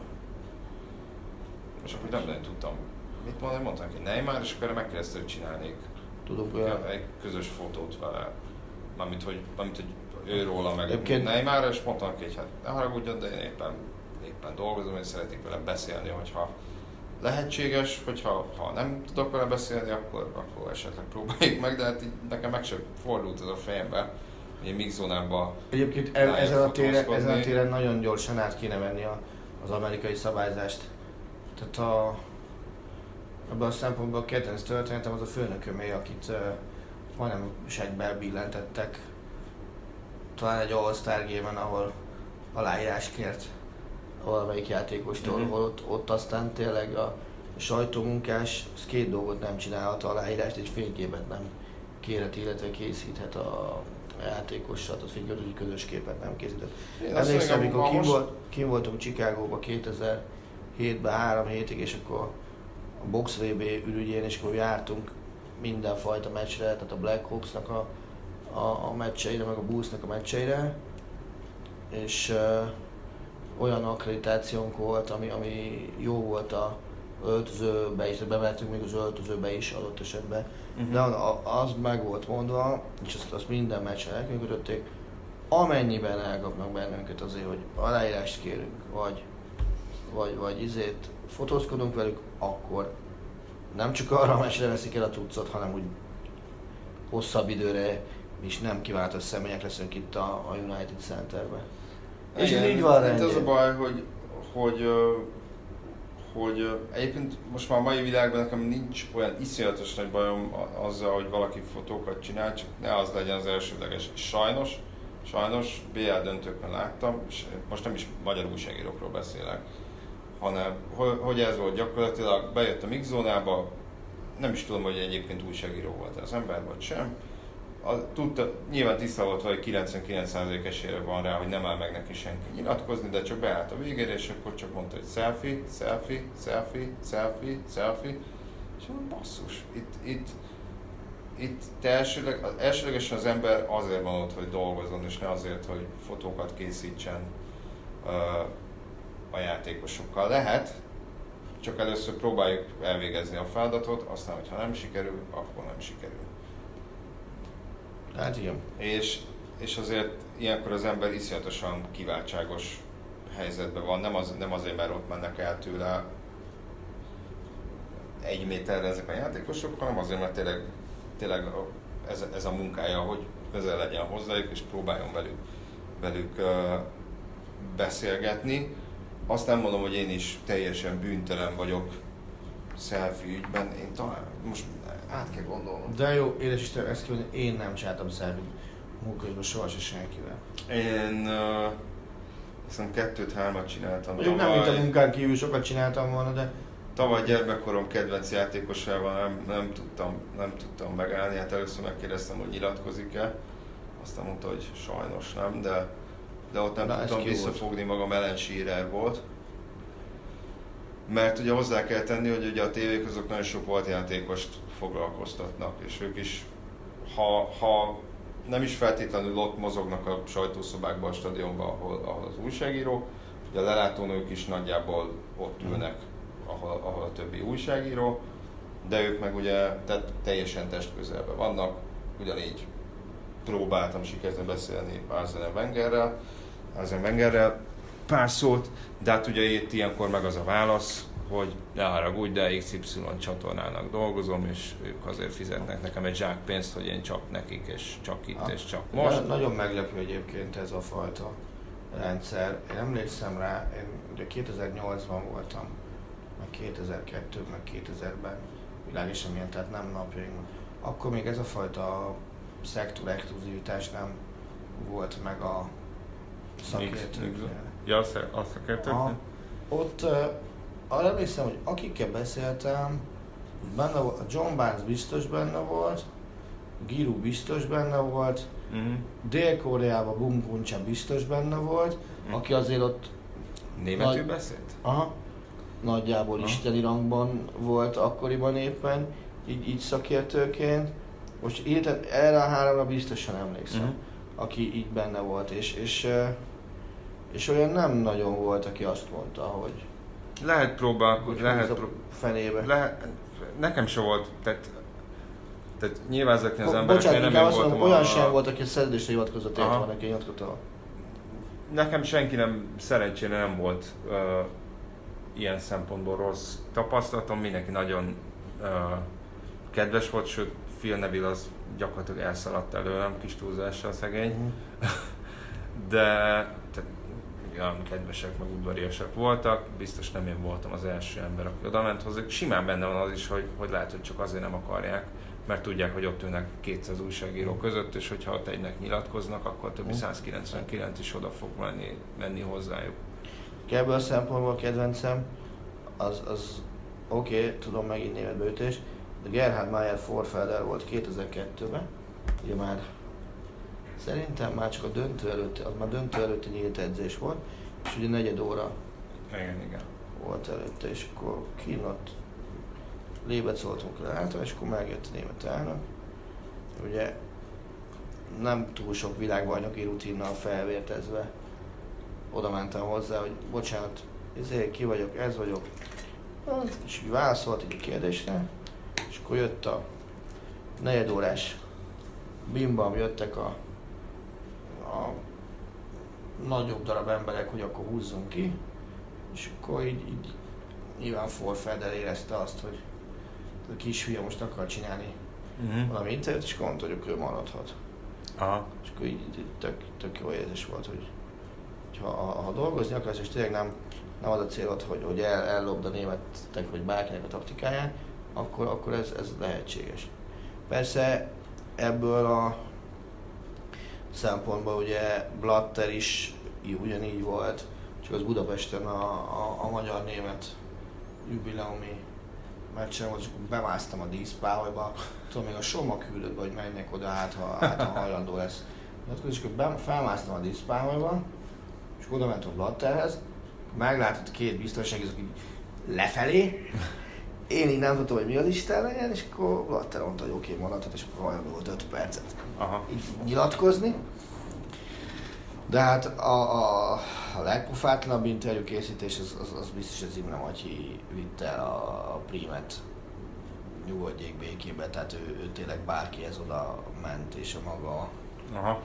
És akkor nem nagyon tudtam mit mondani, mondtam neki Neymar, és akkor megkérdezte, hogy csinálnék Tudok olyan... egy közös fotót vele. Mármint, hogy, mármint, hogy ő róla meg Egyébként... Neymar, és mondtam neki, hogy hát ne haragudjon, de én éppen, éppen dolgozom, és szeretnék vele beszélni, hogyha lehetséges, hogyha ha nem tudok vele beszélni, akkor, akkor esetleg próbáljuk meg, de hát így nekem meg sem fordult ez a fejembe, hogy én mixzónában Egyébként ezen a, téren, ezen a téren nagyon gyorsan át kéne venni a, az amerikai szabályzást. Tehát a, abban a szempontból a kedvenc történetem az a főnökömé, akit uh, majdnem segbe billentettek. Talán egy All-Star Game-en, ahol aláírás kért valamelyik játékostól, mm-hmm. ott, ott aztán tényleg a sajtómunkás az két dolgot nem csinálhat, aláírást, egy fényképet nem kérhet, illetve készíthet a játékossal, tehát fényképet, hogy közös képet nem készített. Emlékszem, amikor kim, most... volt, kim voltunk Chicagóban kétezer-hétben három hétig, és akkor a Box vé bé ürügyén, és akkor jártunk mindenfajta meccsre, tehát a Black Hawksnak a, a, a meccseire, meg a Bullsnak a meccseire, és uh, olyan akkreditációnk volt, ami, ami jó volt a öltözőbe is, bemehetünk még az öltözőbe is adott esetben, uh-huh. de az meg volt mondva, és azt, azt minden meccsen elkönyvkötötték, amennyiben elkapnak bennünket azért, hogy aláírást kérünk, vagy, vagy, vagy izét fotózkodunk velük, akkor nem csak arra a meccsre veszik el a cuccot, hanem úgy hosszabb időre is nem kiváltott személyek leszünk itt a, a United Centerben. És igen, így van rendjén. Az a baj, hogy, hogy, hogy egyébként most már a mai világban nekem nincs olyan iszonyatos nagy bajom azzal, hogy valaki fotókat csinál, csak ne az legyen az elsődleges. Sajnos, sajnos bé el döntőkön láttam, és most nem is magyar újságírókról beszélek, hanem hogy ez volt gyakorlatilag, bejött a mixzónába, nem is tudom, hogy egyébként újságíró volt az ember, vagy sem. A, tudta, nyilván tiszta volt, hogy kilencvenkilenc százalék esélye van rá, hogy nem áll meg neki senki nyilatkozni, de csak beállt a végére, és akkor csak mondta, hogy selfie, selfie, selfie, selfie, selfie, és mondom, basszus, itt, itt, itt te elsőleg, elsőlegesen az ember azért van ott, hogy dolgozzon, és ne azért, hogy fotókat készítsen uh, a játékosokkal. Lehet, csak először próbáljuk elvégezni a feladatot, aztán, hogyha nem sikerül, akkor nem sikerül. Hát igen. És, és azért ilyenkor az ember iszonyatosan kiváltságos helyzetben van, nem, az, nem azért, mert ott mennek el tőle egy méterre ezek a játékosok, hanem azért, mert tényleg, tényleg ez, ez a munkája, hogy közel legyen hozzájuk, és próbáljon velük, velük uh, beszélgetni. Azt nem mondom, hogy én is teljesen bűntelen vagyok selfie ügyben, én talán most át kell gondolnom. De jó, édes Isten, ezt kell, hogy én nem csináltam selfie munkahelyben sohasem senkivel. Én uh, hiszem kettőt-hármat csináltam. Mondjuk nem, mint a munkán kívül sokat csináltam volna, de... Tavaly gyermekkorom kedvenc játékosával nem, nem, tudtam, nem tudtam megállni, hát először megkérdeztem, hogy nyilatkozik-e, aztán mondta, hogy sajnos nem, de, de ott nem Na, tudtam visszafogni volt. magam, Ellen Shearer volt. Mert ugye hozzá kell tenni, hogy ugye a tévék azok nagyon sok volt játékost foglalkoztatnak, és ők is, ha, ha nem is feltétlenül ott mozognak a sajtószobákban, a stadionban, ahol, ahol az újságíró, ugye a lelátónők is nagyjából ott ülnek, ahol, ahol a többi újságíró, de ők meg ugye tehát teljesen testközelben vannak, ugyanígy próbáltam sikerülni beszélni Arsene Wengerrel, Arsene Wengerrel pár szót, de hát ugye itt ilyenkor meg az a válasz, hogy ne haragudj, de iksz ipszilon csatornának dolgozom, és ők azért fizetnek nekem egy zsák pénzt, hogy én csak nekik, és csak itt, ha. és csak most. Na, nagyon meglepő egyébként ez a fajta rendszer. Én emlékszem rá, én ugye kétezer-nyolcban voltam, meg kétezer-kettőben, meg kétezerben világeseményen, tehát nem napjainkban. Akkor még ez a fajta szektor exkluzivitás nem volt meg a szakértőknél. Ja, a szakértőknél? Ott uh, arra emlékszem, hogy akikkel beszéltem, benne volt, a John Barnes biztos benne volt, Giroud biztos benne volt, uh-huh. Dél-Koreában Bum Kun-chan biztos benne volt, uh-huh. aki azért ott... Németül nagy... beszélt? Aha. Nagyjából uh-huh. isteni rangban volt akkoriban éppen, így, így szakértőként. Most érted, erre a háromra biztosan emlékszem, uh-huh. aki így benne volt, és, és, és olyan nem nagyon volt, aki azt mondta, hogy... Lehet próbálkozni, lehet prób- fenébe. Lehet, nekem se volt, tehát, tehát nyilván ezeknél az Bo- embereknél nem én voltam mondom, a... olyan sem volt, aki a szerződésre hivatkozott, érte van, aki nyilatkozta. Nekem senki nem, szerencsére nem volt uh, ilyen szempontból rossz tapasztalatom, mindenki nagyon uh, kedves volt, sőt Phil Neville az gyakorlatilag elszaladt előlem kis túlzással szegény, mm. de tehát, olyan kedvesek, meg udvariasak voltak, biztos nem én voltam az első ember, aki oda ment hozzá. Simán benne van az is, hogy, hogy lehet, hogy csak azért nem akarják, mert tudják, hogy ott ülnek kétszáz újságíró között, és hogyha ott egynek nyilatkoznak, akkor többi száz kilencvenkilenc is oda fog menni, menni hozzájuk. Ebből a szempontból a kedvencem, az, az oké, okay, tudom megint németbe ütés, de Gerhard Meyer Forfelder volt kétezer-kettőben, ugye már szerintem már csak a döntő előtt, az már döntő előtti nyílt edzés volt, és ugye negyed óra igen, igen. volt előtte, és akkor kínott lébet szóltunk le által, és akkor megjött a német elnök. Ugye nem túl sok világbajnoki rutinnal felvértezve oda mentem hozzá, hogy bocsánat, ezért ki vagyok, ez vagyok. És válaszolt így a kérdésre, és akkor jött a negyedórás bimbam, jöttek a, a nagyobb darab emberek, hogy akkor húzzunk ki, és akkor így, így nyilván Forfelder érezte azt, hogy a kis hülye most akar csinálni uh-huh. valami interjút, és akkor mondta, hogy ő maradhat. Aha. És akkor így, így tök, tök jó érzés volt, hogy ha, ha dolgozni akarsz, és tényleg nem, nem az a célod, hogy, hogy el, ellopd a németek, vagy bárkinek a taktikáját, akkor, akkor ez, ez lehetséges. Persze ebből a szempontból ugye Blatter is ugyanígy volt, csak az Budapesten a, a, a magyar-német jubileumi meccsen volt, csak bemásztam a díszpáholyba, tudom, még a Soma küldött be, hogy menjek oda, hát ha, hát, ha hajlandó lesz. És akkor felmásztam a díszpáholyba, és oda mentem a Blatterhez, meglátott két biztonságos, aki lefelé, én így nem tudtam, hogy mi az Isten legyen, és akkor Blatter mondta, hogy oké, okay, mondatot, és akkor hajlandó volt öt percet Aha. így nyilatkozni. De hát a, a, a legpofátlanabb interjú készítés az, az, az biztos, hogy Zimna Matyi vitte el a, a Primet nyugodjék békébe, tehát ő, ő tényleg bárkihez oda ment, és a maga, Aha.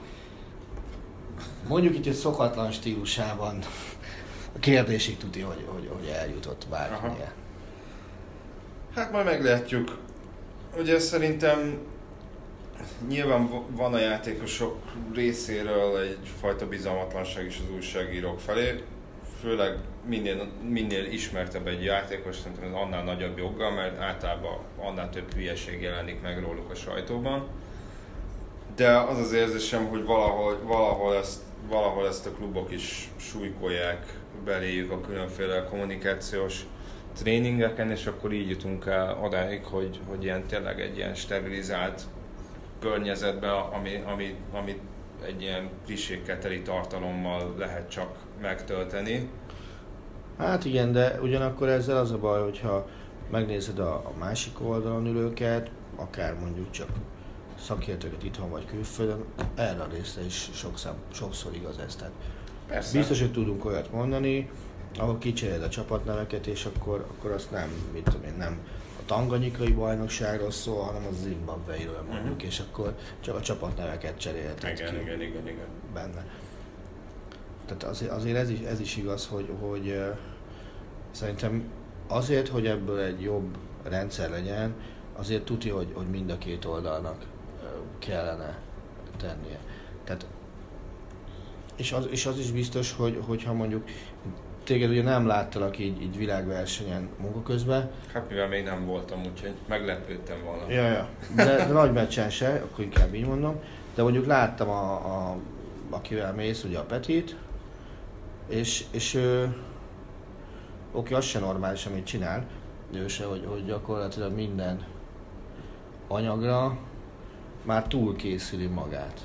mondjuk itt egy szokatlan stílusában a kérdésig tudja, hogy, hogy, hogy eljutott bárkinél. Hát majd meglátjuk. Ugye szerintem nyilván van a játékosok részéről egyfajta bizalmatlanság is az újságírók felé, főleg minél, minél ismertebb egy játékos, szerintem ez annál nagyobb joggal, mert általában annál több hülyeség jelenik meg róluk a sajtóban. De az az érzésem, hogy valahol, valahol, ezt, valahol ezt a klubok is súlykolják beléjük a különféle kommunikációs tréningeken, és akkor így jutunk el odáig, hogy, hogy ilyen, tényleg egy ilyen sterilizált környezetben, ami, ami, ami egy ilyen klissékkel teli tartalommal lehet csak megtölteni. Hát igen, de ugyanakkor ezzel az a baj, hogyha megnézed a, a másik oldalon ülőket, akár mondjuk csak szakértőket itthon vagy külföldön, erre a részre is sokszor, sokszor igaz ez. Tehát Persze. Biztos, hogy tudunk olyat mondani, ahol kicseréled a csapatneveket, és akkor, akkor azt nem, mit tudom én, nem a tanganyikai bajnokságról szól, hanem a zimbabweiről mondjuk, uh-huh. és akkor csak a csapatneveket cserélted igen, ki igen, igen, igen. benne. Tehát azért, azért ez, is, ez is igaz, hogy, hogy uh, szerintem azért, hogy ebből egy jobb rendszer legyen, azért tudja, hogy, hogy mind a két oldalnak uh, kellene tennie. Tehát, és, az, és az is biztos, hogy, hogyha mondjuk téged ugye nem láttalak így, így világversenyen munka közben. Hát mivel még nem voltam, úgyhogy meglepődtem volna. Ja, ja. De, de nagy meccsen se, akkor inkább így mondom. De mondjuk láttam, a, a, akivel mész, ugye a Petit, és, és ő, oké, az se normális, amit csinál, de ő se, hogy, hogy gyakorlatilag minden anyagra már túl készüli magát.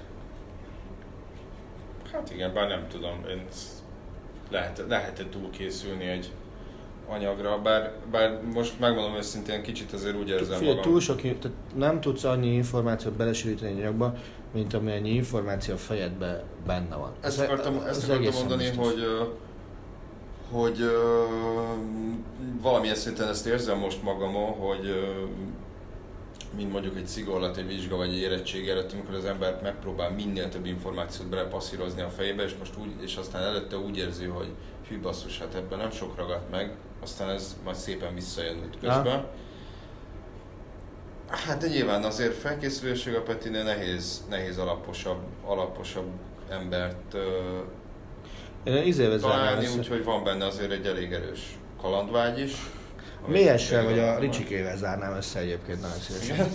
Hát igen, bár nem tudom, én lehet, lehet túl készülni egy anyagra, bár, bár most megmondom őszintén, kicsit azért úgy érzem Figyelj, magam. túl sok, tehát nem tudsz annyi információt belesűríteni egy anyagba, mint amennyi információ a fejedben benne van. Ezt Ez, akartam, ez ezt akartam mondani, biztos. hogy, hogy valamilyen szinten ezt érzem most magamon, hogy mint mondjuk egy szigorlat, egy vizsga vagy egy érettség előtt, amikor az ember megpróbál minél több információt belepasszírozni a fejébe, és, most úgy, és aztán előtte úgy érzi, hogy hű basszus, hát ebben nem sok ragadt meg, aztán ez majd szépen visszajön út közben. Ha. Hát de nyilván azért felkészüléség a Petinél nehéz, nehéz alaposabb, alaposabb embert uh, találni, úgyhogy van benne azért egy elég erős kalandvágy is. Mélyessel vagy a Ricsikével zárnám össze egyébként nagyon szívesen.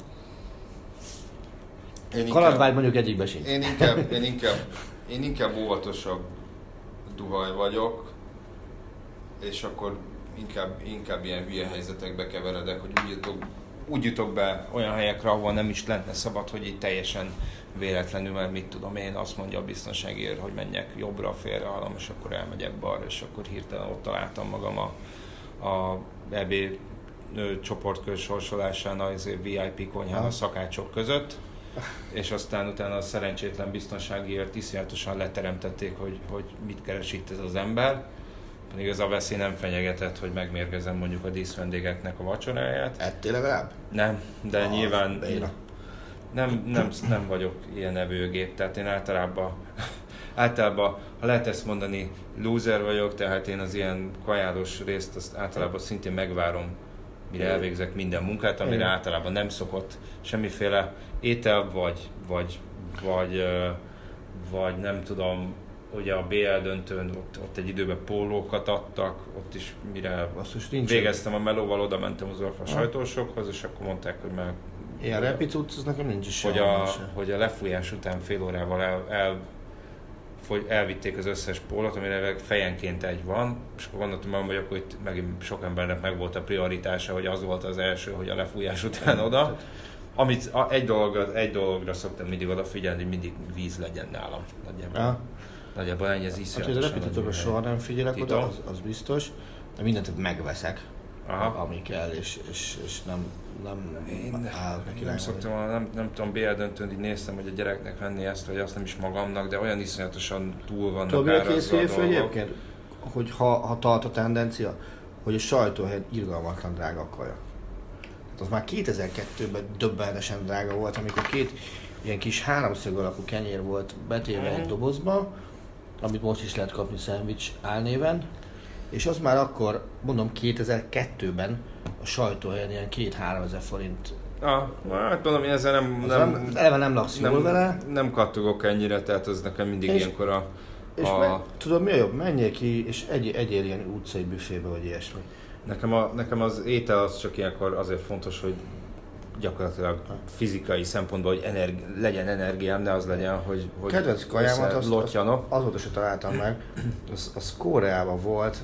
Kalandvágy mondjuk egyikbe sincs. Én inkább, én, inkább, én inkább óvatosabb duhaj vagyok, és akkor inkább, inkább ilyen hülye helyzetekbe keveredek, hogy úgy jutok, úgy jutok be olyan helyekre, ahol nem is lenne szabad, hogy itt teljesen véletlenül, mert mit tudom én, azt mondja a biztonsági őr, hogy menjek jobbra, félrehalom, és akkor elmegyek balra, és akkor hirtelen ott találtam magam a, a é bé csoportkör sorsolásán az vé i pé konyhán a szakácsok között, és aztán utána a szerencsétlen biztonságiért iszonyatosan leteremtették, hogy, hogy mit keres itt ez az ember. Pedig ez a veszély nem fenyegetett, hogy megmérgezem mondjuk a díszvendégeknek a vacsoráját. Ettél legalább? Nem, de ah, nyilván nem, nem, nem vagyok ilyen evőgép, tehát én általában, általában, ha lehet ezt mondani, loser vagyok, tehát én az ilyen kajálós részt azt általában szintén megvárom, mire elvégzek minden munkát, amire Igen. általában nem szokott semmiféle étel, vagy, vagy, vagy, vagy nem tudom, ugye a bé el döntőn ott, ott egy időben pólókat adtak, ott is mire végeztem a melóval, oda mentem az Orfa sajtósokhoz, és akkor mondták, hogy már... Ilyen repicuc, az nekem nincs is hogy a, hogy a lefújás után fél órával el, el, elvitték az összes pólót, amire fejenként egy van, és akkor gondoltam magam, hogy akkor itt megint sok embernek meg volt a prioritása, hogy az volt az első, hogy a lefújás után oda. Amit a, egy, dologra, egy dologra szoktam mindig odafigyelni, hogy mindig víz legyen nálam. Nagyjából, ja. nagyjából ennyi az iszonyatosan. Hát, hogy a repítőtől soha nem figyelek oda, az, az biztos. De mindent megveszek, aha. ami kell, és, és, és nem, nem Én állok neki. Nem szoktam, nem, nem tudom, bé el döntőn így néztem, hogy a gyereknek venni ezt, vagy azt nem is magamnak, de olyan iszonyatosan túl vannak árazva a dolgok. Egyébként, hogy ha, ha tart a tendencia, hogy a sajtóhelyen irgalmatlan drága a kaja. Az már kétezer-kettőben döbbenetesen drága volt, amikor két ilyen kis háromszög alakú kenyér volt betéve egy dobozba, amit most is lehet kapni szendvics álnéven, és az már akkor, mondom, kétezer-kettőben a sajtóhelyen ilyen két-háromezer forint. Ah, hát mondom, én ezzel nem... nem, nem eleve nem laksz jól vele. Nem kattogok ennyire, tehát az nekem mindig és, ilyenkor a... És a... Me, tudod mi a jobb? Menjél ki és egy, egyél ilyen utcai büfébe, vagy ilyesmi. Nekem, a, nekem az étel az csak ilyenkor azért fontos, hogy gyakorlatilag fizikai szempontból, hogy energi, legyen energiám, de az legyen, hogy, hogy kedvenc kajámat azt, azt, azóta se találtam meg, az, az Koreában volt,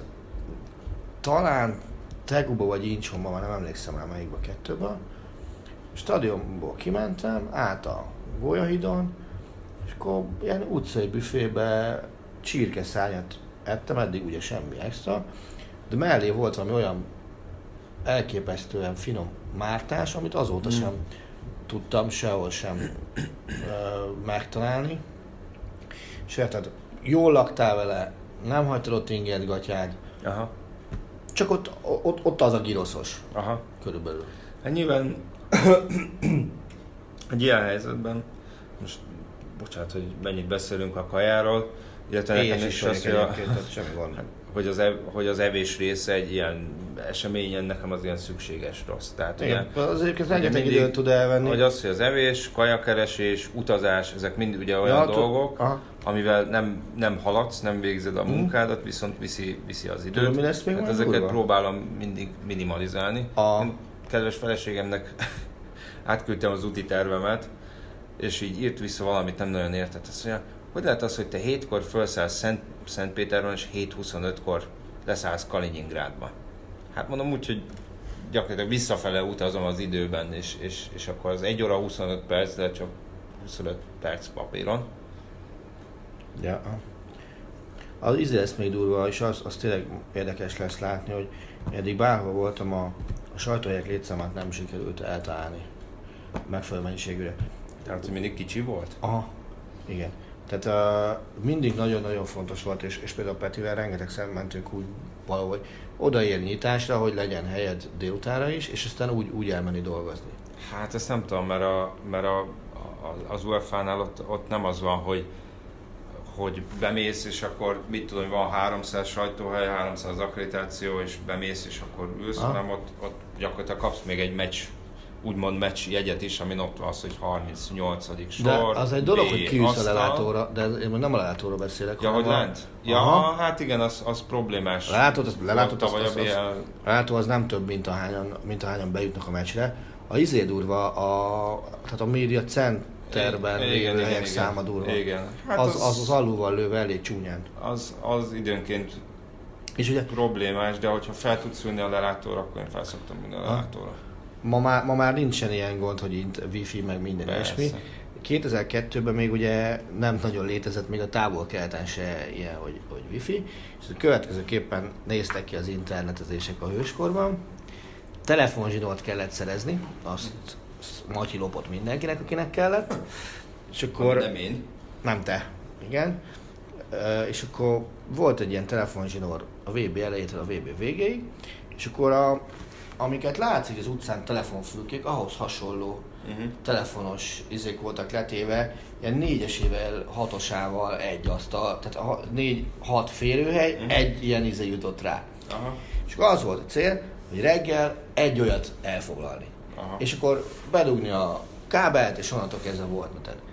talán Teguba vagy Incheonban, már nem emlékszem rá melyikbe a kettőben. Stadionból kimentem, át a Golyahidon, és akkor ilyen utcai büfébe csirkeszárnyat ettem, eddig ugye semmi extra, de mellé volt valami olyan elképesztően finom mártás, amit azóta mm. sem tudtam sehol sem ö, megtalálni. És érted, jól laktál vele, nem hagytad ott inget gatyád, aha. csak ott, ott, ott az a giroszos, aha. körülbelül. Hát nyilván egy ilyen helyzetben, most bocsánat, hogy mennyit beszélünk a kajáról, illetve nekem is az, hogy, a, hogy, az ev, hogy az evés része egy ilyen eseményen nekem az ilyen szükséges rossz. Tehát igen, ugye, az egyébként rengeteg időt tud elvenni. Hogy az, hogy az evés, kajakeresés, utazás, ezek mind ugye olyan ja, dolgok, aha. amivel nem, nem haladsz, nem végzed a munkádat, viszont viszi, viszi az időt. Tudom, mi lesz még hát ezeket durva? Próbálom mindig minimalizálni. A... Én kedves feleségemnek átküldtem az úti tervemet, és így írt vissza valamit, nem nagyon értett. Azt mondja, hogy lehet az, hogy te hétkor felszállsz Szent, Szentpéterben, és hét huszonötkor leszállsz Kaliningrádba. Hát mondom úgy, hogy gyakorlatilag visszafele utazom az időben, és, és, és akkor az egy óra huszonöt perc, de csak huszonöt perc papíron. Ja. Az íze lesz még durva, és az, az tényleg érdekes lesz látni, hogy eddig bárhol voltam, a, a sajtóhelyek létszámát nem sikerült eltalálni megfelelő mennyiségűre. Tehát, hogy mindig kicsi volt? Aha, igen. Tehát uh, mindig nagyon-nagyon fontos volt, és, és például Petivel rengetegszer mentünk úgy valahogy odaérni nyitásra, hogy legyen helyed délutánra is, és aztán úgy, úgy elmenni dolgozni. Hát ezt nem tudom, mert, a, mert a, a, az u ef á-nál ott, ott nem az van, hogy, hogy bemész, és akkor mit tudom, hogy van háromszáz sajtóhely, háromszáz akkreditáció, és bemész, és akkor ülsz, ha. hanem ott, ott gyakorlatilag kapsz még egy meccs, úgymond meccs jegyet is, amin ott az, hogy harmincnyolcadik sor. De az egy dolog, B, hogy kiülsz a lelátóra, de én nem a lelátóra beszélek. Ja, hogy lent? Ja, aha. Hát igen, az, az problémás. A lelátót, az, lelátót az, az, az, az, a lelátó az nem több, mint ahányan, mint ahányan bejutnak a meccsre. A izé durva, a, tehát a média centerben lévő helyek száma durva. Igen. Hát az, az, az az alulval lőve elég csúnyán. Az, az időnként és ugye, problémás, de hogyha fel tudsz ülni a lelátóra, akkor én fel szoktam ülni a lelátóra. Ma már, ma már nincsen ilyen gond, hogy itt wifi meg minden ilyesmi. kétezer-kettőben még ugye nem nagyon létezett még a távol-keleten se ilyen, hogy, hogy wifi. És a következőképpen néztek ki az internetezések a hőskorban. Telefonzsinort kellett szerezni, azt Matyi lopott mindenkinek, akinek kellett. És akkor... Nem én. Nem te. Igen. És akkor volt egy ilyen telefonzsinór a vé bé elejétől a vé bé végéig, és akkor a amiket látsz, hogy az utcán telefonfülkék, ahhoz hasonló uh-huh. telefonos izék voltak letéve, ilyen négyesével, hatosával egy asztal, tehát a négy-hat férőhely, uh-huh. egy ilyen izé jutott rá. Aha. És akkor az volt a cél, hogy reggel egy olyat elfoglalni. Aha. És akkor bedugni a kábelt, és onnantól kezdve volt. Tehát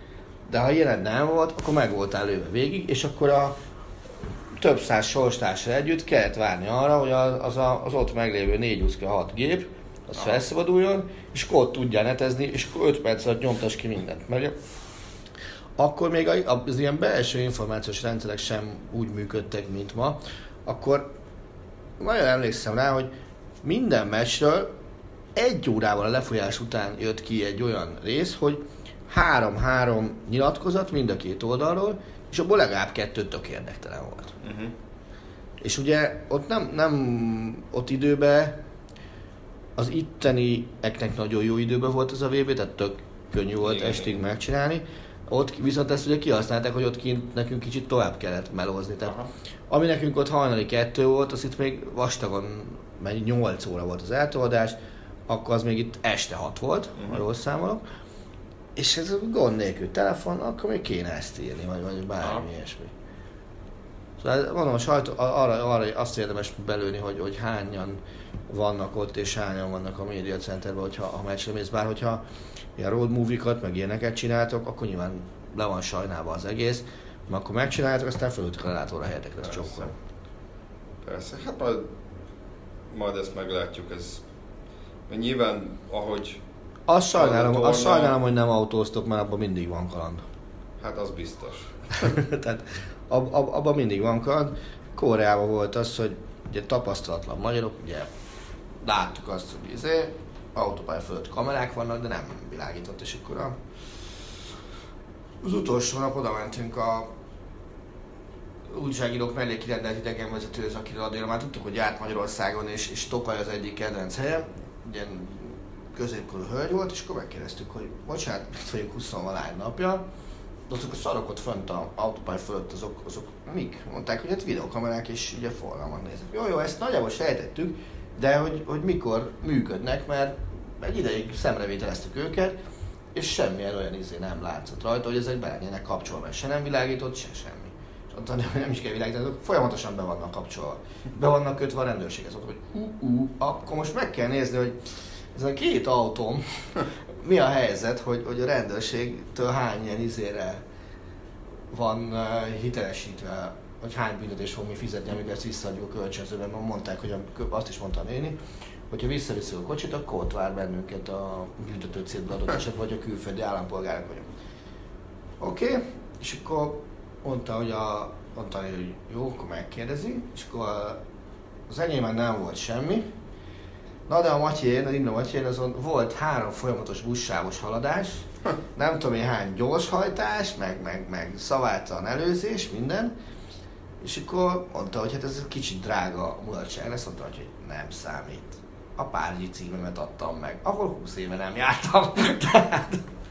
De ha ilyen nem volt, akkor meg voltál lőve végig, és akkor a több száz sorstársal együtt kellett várni arra, hogy az, az, a, az ott meglévő négyszázhuszonhat gép, az felszabaduljon, és akkor ott tudjál netezni, és akkor öt perc alatt nyomtass ki mindent. Mert akkor még az ilyen belső információs rendszerek sem úgy működtek, mint ma. Akkor nagyon emlékszem rá, hogy minden meccsről egy órával a lefolyás után jött ki egy olyan rész, hogy három-három nyilatkozat mind a két oldalról, és abból legalább kettő tök érdektelen volt. Uh-huh. És ugye ott nem, nem ott időben, az ittenieknek nagyon jó időben volt ez a vé bé, tehát tök könnyű volt igen, estig igen. megcsinálni. Ott viszont ezt ugye kihasználták, hogy ott kint nekünk kicsit tovább kellett melózni. Tehát aha. ami nekünk ott hajnali kettő volt, az itt még vastagon, mert nyolc óra volt az eltoldás, akkor az még itt este hat volt, uh-huh. ha jól számolok. És ez gond nélkül telefon, akkor még kéne ezt írni, vagy, vagy bármi ilyesmi. Szóval mondom, a sajtó, arra, arra azt érdemes belőni, hogy, hogy hányan vannak ott, és hányan vannak a média centerben, hogyha a meccsre mész. Bár hogyha ilyen road movie-kat, meg ilyeneket csináltok, akkor nyilván le van sajnálva az egész, mert akkor megcsináljátok, aztán felültük a látóra helyetekre, ez csókol. Persze, hát majd, majd ezt meglátjuk, ez nyilván, ahogy azt sajnálom, torna... azt sajnálom, hogy nem autóztok, mert abban mindig van kaland. Hát az biztos. Tehát ab, ab, abban mindig van kaland. Koreában volt az, hogy ugye tapasztalatlan magyarok, ugye láttuk azt, hogy izé, autópálya fölött kamerák vannak, de nem világított, és akkor a, az utolsó nap oda mentünk a újságírók mellé kirendelt idegenvezetőhöz, akiről addigra már tudtuk, hogy járt Magyarországon, és, és Tokaj az egyik kedvenc helye. Ilyen középkorú hölgy volt, és akkor megkérdeztük, hogy bocsánat, itt vagyunk húsz-valahány napja, de azok a szarok ott fönt az autópálya fölött, azok, azok mik? Mondták, hogy hát videokamerák és ugye forgalmat néznek. Jó, jó, ezt nagyjából sejtettük, de hogy, hogy mikor működnek, mert egy ideig szemrevételeztük őket, és semmilyen olyan izé nem látszott rajta, hogy ezek be lennének kapcsolva. Se nem világított, se semmi. És mondta, hogy nem is kell világítani, folyamatosan be vannak kapcsolva. Be vannak kötve a rendőrséghez. Mondta, hogy ú, ú, akkor most meg kell nézni, hogy ez a két autóm, mi a helyzet, hogy, hogy a rendőrségtől hány ilyen izére van uh, hitelesítve, hogy hány büntetést fog mi fizetni, amikor ezt visszaadjuk a kölcsönzőben. Mondták, hogy a, azt is mondta a néni, hogyha visszavisszük a kocsit, akkor ott vár bennünket a büntető célból adott esetben, vagy a külföldi állampolgárok vagyunk. Oké, okay. És akkor mondta, hogy, a, mondta, hogy jó, akkor megkérdezi, és akkor az enyémben nem volt semmi. Na de a Matyén, az Imre Matyén, azon volt három folyamatos buszsávos haladás, nem tudom én hány gyorshajtás, meg, meg, meg szabálytalan előzés, minden. És akkor mondta, hogy hát ez egy kicsit drága mulatság lesz, mondta, hogy nem számít. A párgyi címemet adtam meg, ahol húsz éve nem jártam. Tehát,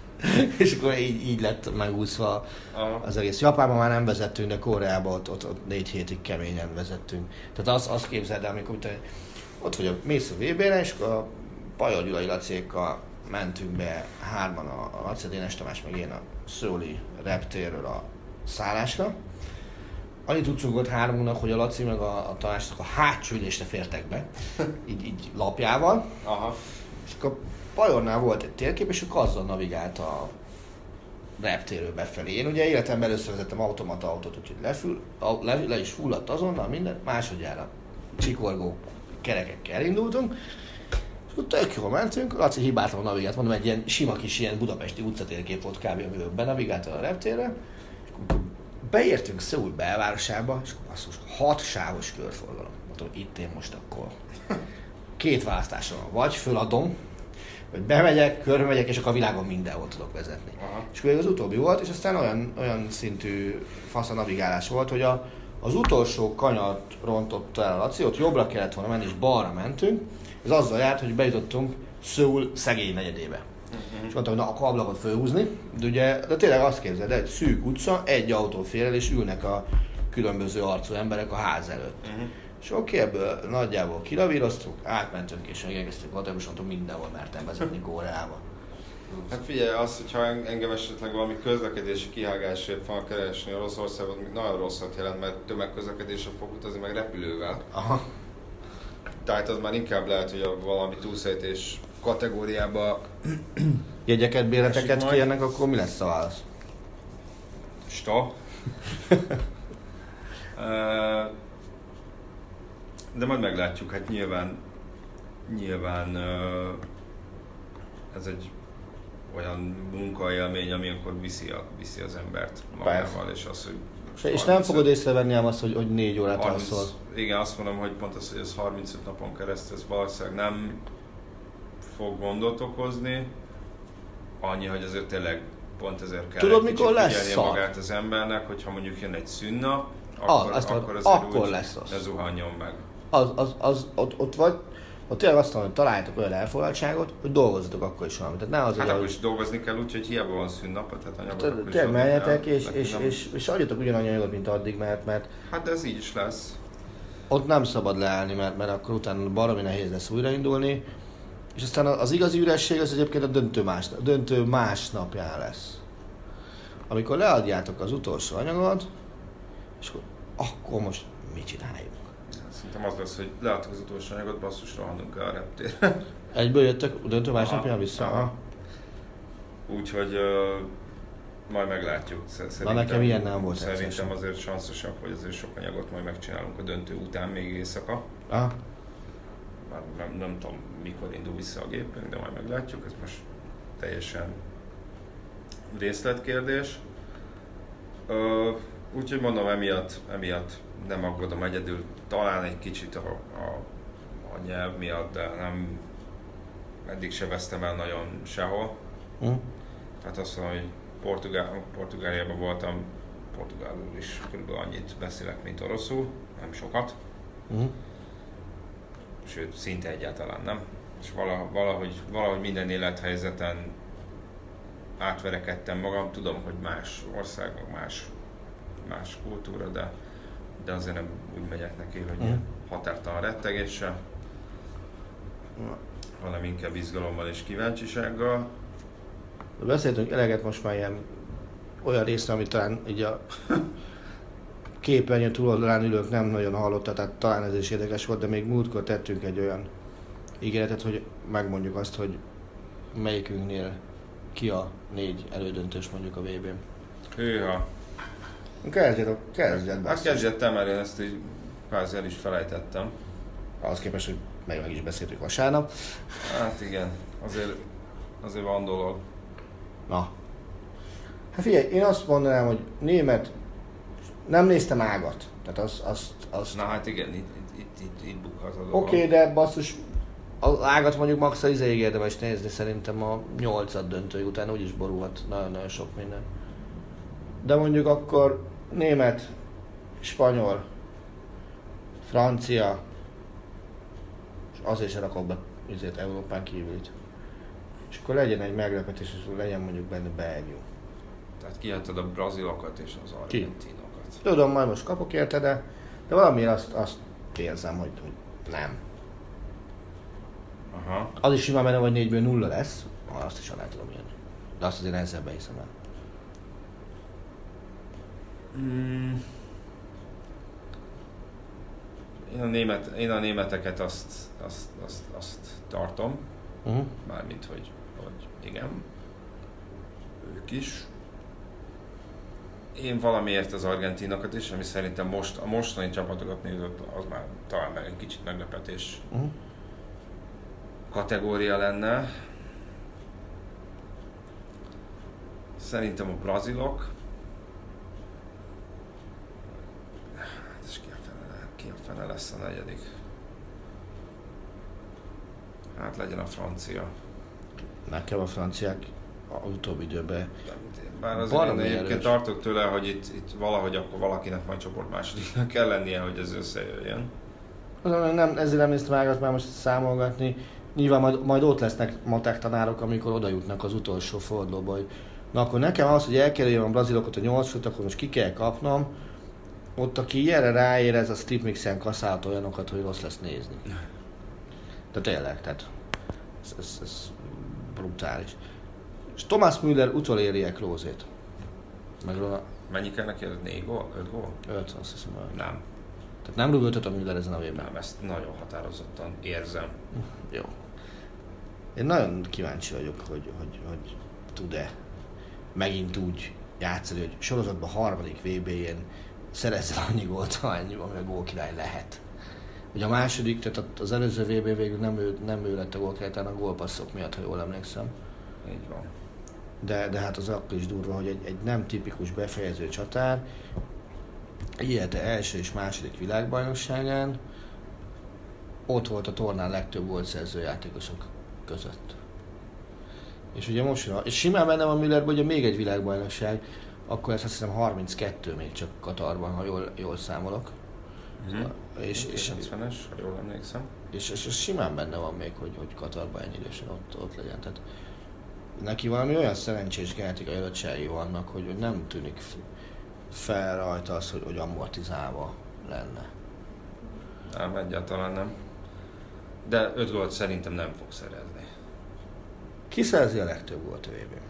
és akkor így, így lett megúszva az egész. Japánban már nem vezettünk, de Koreában ott, ott, ott négy hétig keményen vezettünk. Tehát azt, azt képzeld el, amikor te, ott vagy a mész a vé bé-re, és akkor a Pajor Gyulai Lacékkal mentünk be hárman, a, a Laci, Dénes Tamás, meg én a Szőli reptérről a szállásra. Annyit tudszunk volt hármunknak, hogy a Laci meg a, a Tamásnak a hátsó ülésre fértek be, így, így lapjával. Aha. És akkor Pajornál volt egy térkép, és akkor azzal navigált a reptérről befelé. Én ugye életemben először vezettem automata autót, úgyhogy lefül, le, le is fulladt azonnal minden, másodjára csikorgó kerekekkel indultunk. És akkor tök jól mentünk, Laci hibáltam a navigált, mondom, egy ilyen sima kis ilyen budapesti utcatérkép volt kb. Amiről benavigálta a reptérre. Beértünk Szöul belvárosába, és akkor basszus, hat sávos körforgalom. Mondtam, itt én most akkor két választásom van. Vagy föladom, vagy bemegyek, körmegyek, és akkor a világon mindenhol tudok vezetni. Aha. És akkor az utóbbi volt, és aztán olyan, olyan szintű fasz a navigálás volt, hogy a, az utolsó kanyart rontott el a Laci, ott jobbra kellett volna menni, és balra mentünk. Ez azzal járt, hogy bejutottunk Szöul szegény negyedébe. Uh-huh. És mondtam, hogy na, akkor ablakot fölhúzni, de ugye, de tényleg azt képzeld, egy szűk utca, egy autó fél el, és ülnek a különböző arcú emberek a ház előtt. Uh-huh. És oké, ebből nagyjából kilavíroztuk, átmentünk és megegésztük ott, és mondtam, mindenhol mertem vezetni Koreába. Hát figyelj, az, hogyha engem esetleg valami közlekedési kihágásért van keresni Oroszországban, még nagyon rosszat jelent, mert tömegközlekedésre fog utazni, meg repülővel. Aha. Tehát az már inkább lehet, hogy a valami túlszejtés kategóriába jegyeket, béleteket kérnek, akkor mi lesz a válasz? Sta. De majd meglátjuk, hát nyilván, nyilván ez egy olyan munkaélmény, ami akkor viszi, a, viszi az embert magával, és az, hogy... És nem fogod észrevenni ám azt, hogy, hogy négy órát harminc, alszol. Igen, azt mondom, hogy pont az, hogy ez harmincöt napon keresztül, ez valószínűleg nem fog gondot okozni, annyi, hogy azért tényleg pont ezért kell Tudod, egy mikor kicsit lesz figyelni szar? magát az embernek, hogyha mondjuk jön egy szünnap, Ah, akkor, akkor, azért akkor úgy lesz rossz. ne zuhanjon meg. Az, az, az, ott, ott vagy, ott tényleg azt mondom, hogy találjátok olyan elfoglaltságot, hogy dolgozzatok akkor is valamit. Tehát ne az, Hát hogy akkor is dolgozni kell, úgyhogy hiába van szünnap, tehát anyagot akkor is tényleg adni menjetek, kell. és, Neki és, nem- és, és adjatok ugyanannyi anyagot, mint addig, mert, mert Hát de ez így is lesz. ott nem szabad leállni, mert, mert akkor utána baromi nehéz lesz újraindulni. És aztán az igazi üresség az egyébként a döntő, más, a döntő másnapján lesz. Amikor leadjátok az utolsó anyagot, és akkor, akkor most mit csináljunk? Szerintem az lesz, hogy leadtuk az utolsó anyagot, basszus, rohanunk el a reptérre. Egyből jöttök a döntő másnapján Aha, vissza? aha. Aha. Úgyhogy uh, majd meglátjuk. Szerintem, nekem ilyen nem volt Szerintem egyszer sem. azért sanszosabb, hogy azért sok anyagot majd megcsinálunk a döntő után, még éjszaka. Aha. Már nem, nem tudom, mikor indul vissza a gépünk, de majd meglátjuk. Ez most teljesen részletkérdés. Uh, úgyhogy mondom, emiatt, emiatt nem aggódom egyedül. Talán egy kicsit a, a, a nyelv miatt, de nem eddig se vesztem el nagyon sehol. Hm. Tehát azt mondom, hogy Portugál, Portugáliában voltam, portugálul is kb. Annyit beszélek, mint oroszul, nem sokat. Hm. Sőt, szinte egyáltalán nem. És valahogy, valahogy, valahogy minden élethelyzeten átverekedtem magam. Tudom, hogy más ország, más, más kultúra, de, de azért nem úgy megyek neki, hogy Mm. határtalan rettegéssel, hanem inkább izgalommal és kíváncsisággal. Beszéltünk eleget most már ilyen olyan részre, amit talán így a képernyő túloldalán ülők nem nagyon hallotta, tehát talán ez is érdekes volt, de még múltkor tettünk egy olyan ígéretet, hogy megmondjuk azt, hogy melyikünknél ki a négy elődöntős mondjuk a vé bén. Hűha! Kezdjed, kezdjed, Hát basszus. kezdjettem, mert én ezt így kvázi el is felejtettem. Ahhoz képest, hogy meg, meg is beszéltük vasárnap. Hát igen, azért, azért van dolog. Na. Hát figyelj, én azt mondanám, hogy német, nem néztem ágat. Tehát azt, azt, azt Na hát igen, itt, itt, itt, itt, itt bukhat a dolog. oké, okay, de basszus, az ágat mondjuk max a izéig érdemes nézni, szerintem a nyolcad döntői után úgyis borulhat nagyon-nagyon sok minden. De mondjuk akkor német, spanyol, francia, és azért se rakok be izét Európán kívülit. És akkor legyen egy meglepetés, és legyen mondjuk benne Belgium. Tehát kihagytad a brazilokat és az argentinokat. Tudom, majd most kapok érte, de, de valamiért azt, azt érzem, hogy, hogy nem. Aha. Az is simán benne, hogy négyből nulla lesz, azt is alá tudom jönni. De azt azért ezzel behiszem el. Mm. Én, a német, én a németeket azt, azt, azt, azt tartom, Uh-huh. mármint, hogy, hogy igen, ők is. Én valamiért az argentinokat is, ami szerintem most, a mostani csapatokat nézett, az már talán meg egy kicsit meglepetés Uh-huh. kategória lenne. Szerintem a brazilok. Hát és ki a fene, ki a fene lesz a negyedik? Hát legyen a francia. Nekem a franciák a utóbbi időben Bár azért baromi én egyébként erős. tartok tőle, hogy itt, itt valahogy akkor valakinek majd csoport másodiknak kell lennie, hogy ez összejöjjön. Azon nem, ezzel nem néztem ágat már most számolgatni. Nyilván majd, majd ott lesznek matek tanárok, amikor oda jutnak az utolsó fordulóba, hogy na akkor nekem az, hogy elkerüljem a brazilokat a nyolcfőt, akkor most ki kell kapnom. Ott aki ilyenre ráér, ez a stripmixen kaszált olyanokat, hogy rossz lesz nézni. De tényleg, tehát ez, ez, ez brutális. És Thomas Müller utoléri Klózét. Meg róla Mennyi kell neki? Ez négy gól? öt gól? öt, azt hiszem, öt. Nem. Tehát nem rúgott a Müller ezen a évben. Nem, ezt nagyon határozottan érzem. Jó. Én nagyon kíváncsi vagyok, hogy, hogy, hogy tud-e megint úgy játszani, hogy sorozatban harmadik vé bé-jén szerezzen annyi gólt, annyi, ami a gólkirály lehet. Ugye a második, tehát az előző vé bé végül nem ő, nem ő lett a gólkirály, talán a gólpasszok miatt, ha jól emlékszem. Így van. De, de hát az akkor is durva, hogy egy, egy nem tipikus befejező csatár élete első és második világbajnokságán ott volt a tornán legtöbb gólt szerző játékosok között. És ugye most, és simán benne van Müllerben, hogy még egy világbajnokság, akkor ezt azt hiszem harminckettő még csak Katarban, ha jól, jól számolok. Uh-huh. És, és, kilencvenes, ha jól emlékszem. És, és, és simán benne van még, hogy, hogy Katarban ennyi idősen ott, ott legyen. Tehát neki valami olyan szerencsés genetikai adottságai vannak, hogy, hogy nem tűnik fel rajta az, hogy, hogy amortizálva lenne. Nem, egyáltalán nem. De öt gólt szerintem nem fog szerezni. Ki szerzi a legtöbb gólt a vé bén?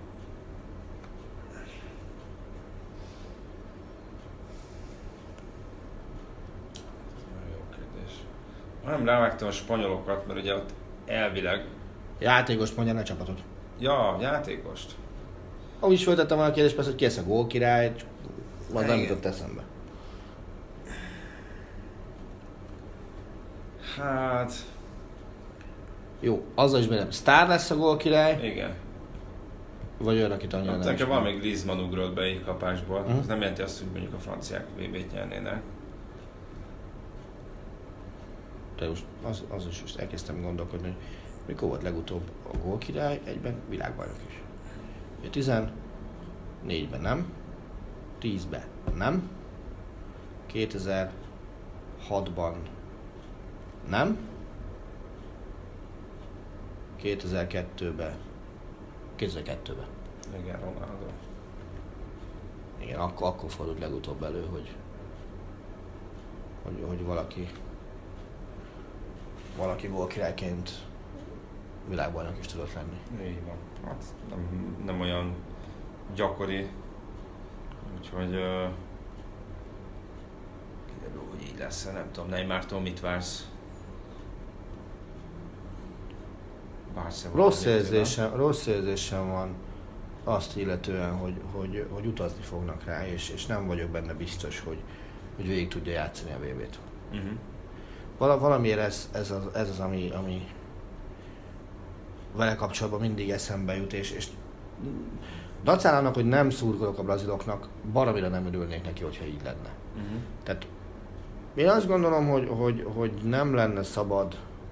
Jó kérdés. Nem rávágtam a spanyolokat, mert ugye ott elvileg... Játékost mondja, ne csapatot. Ja, játékost. Úgy is föltettem volna a kérdést, persze, hogy ki lesz a gólkirály, majd nem jutott eszembe. Hát... Jó, azzal is benne, sztár lesz a gólkirály, Igen. vagy olyan, akit annyira Hát nem nekem van ismer. még Griezmann ugrott be egy kapásból. Uh-huh. Ez nem jelenti azt, hogy mondjuk a franciák vé bét nyernének. De most az, az is most elkezdtem gondolkodni, hogy mikor volt legutóbb a gólkirály, egyben világbajnok is. Ugye tizennégyben nem, tízben nem, kétezer-hatban nem, kétezer-kettőben, kétezer-kettőben. Igen, Ronaldo. Igen, akkor, akkor fordult legutóbb elő, hogy, hogy, hogy valaki valaki gólkirályként világbajnok is tudott lenni. Így van. Hát nem, nem olyan gyakori, úgyhogy uh, kiderül, hogy így lesz. Nem tudom, Neymartól mit vársz? Rossz érzésem, rossz érzésem van azt illetően, hogy, hogy, hogy utazni fognak rá, és, és nem vagyok benne biztos, hogy, hogy végig tudja játszani a vé bét. Uh-huh. Val- valamiért ez, ez, az, ez az, ami, ami vele kapcsolatban mindig eszembe jut, és, és dacán annak, hogy nem szurkolok a braziloknak, baromira nem örülnék neki, hogyha így lenne. Uh-huh. Tehát én azt gondolom, hogy, hogy, hogy nem lenne szabad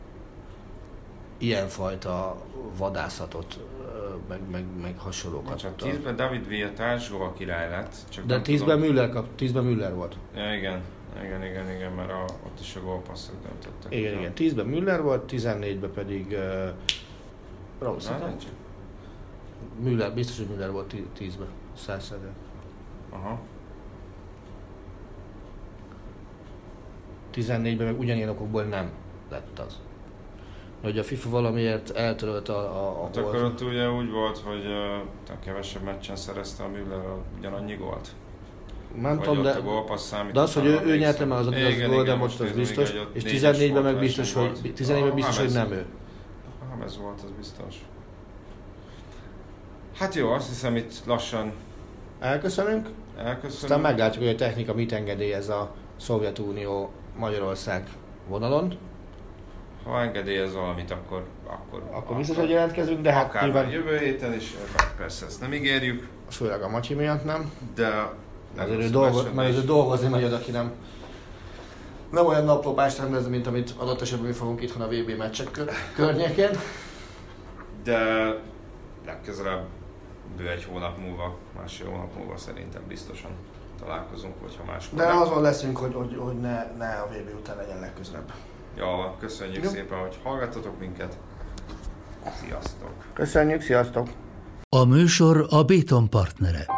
ilyenfajta vadászatot, meg, meg, meg hasonlókat. Csak tízben David Villa társgól király lett. Csak De tízben Müller, kap, tízben Müller volt. Ja, igen, igen, igen, igen, mert a, ott is a gólpasszok döntöttek. Igen, ja. igen. tízben Müller volt, tizennégyben pedig uh, Rossz. Müller, biztos, hogy Müller volt tízben, száz százalék. Aha. tizennégyben meg ugyanilyen okokból nem lett az. Hogy a FIFA valamiért eltörölt a... a, a hát akkor ott ugye úgy volt, hogy uh, a kevesebb meccsen szerezte a Müller ugyanannyi gólt. Nem tudom, de, de az, hogy ő, ő nyerte meg az a gól, de most az biztos, igen, és tizennégyben meg biztos, hogy, tizennégyben biztos, hogy nem ő. Ha ez volt, az biztos. Hát jó, azt hiszem itt lassan elköszönünk. Elköszönünk. Aztán meglátjuk, hogy a technika mit engedélyez a Szovjetunió Magyarország vonalon. Ha engedélyez valamit, akkor... Akkor, akkor biztos, hogy jelentkezünk, de hát akár nyilván... jövő héten is, persze ezt nem ígérjük. Főleg a Matyi miatt nem. De... Azért ő dolgo, mert dolgozni megy oda, aki nem... Nem olyan naplopást rendezni, mint amit adott esetben mi fogunk itthon a vé bé meccsek kör, környékén. De legközelebb bő egy hónap múlva, másfél hónap múlva szerintem biztosan találkozunk, hogyha máskor. De azon leszünk, hogy, hogy, hogy ne, ne a vé bé után legyen legközelebb. Ja, köszönjük Jó. szépen, hogy hallgattatok minket. Sziasztok! Köszönjük, sziasztok! A műsor a Béton partnere.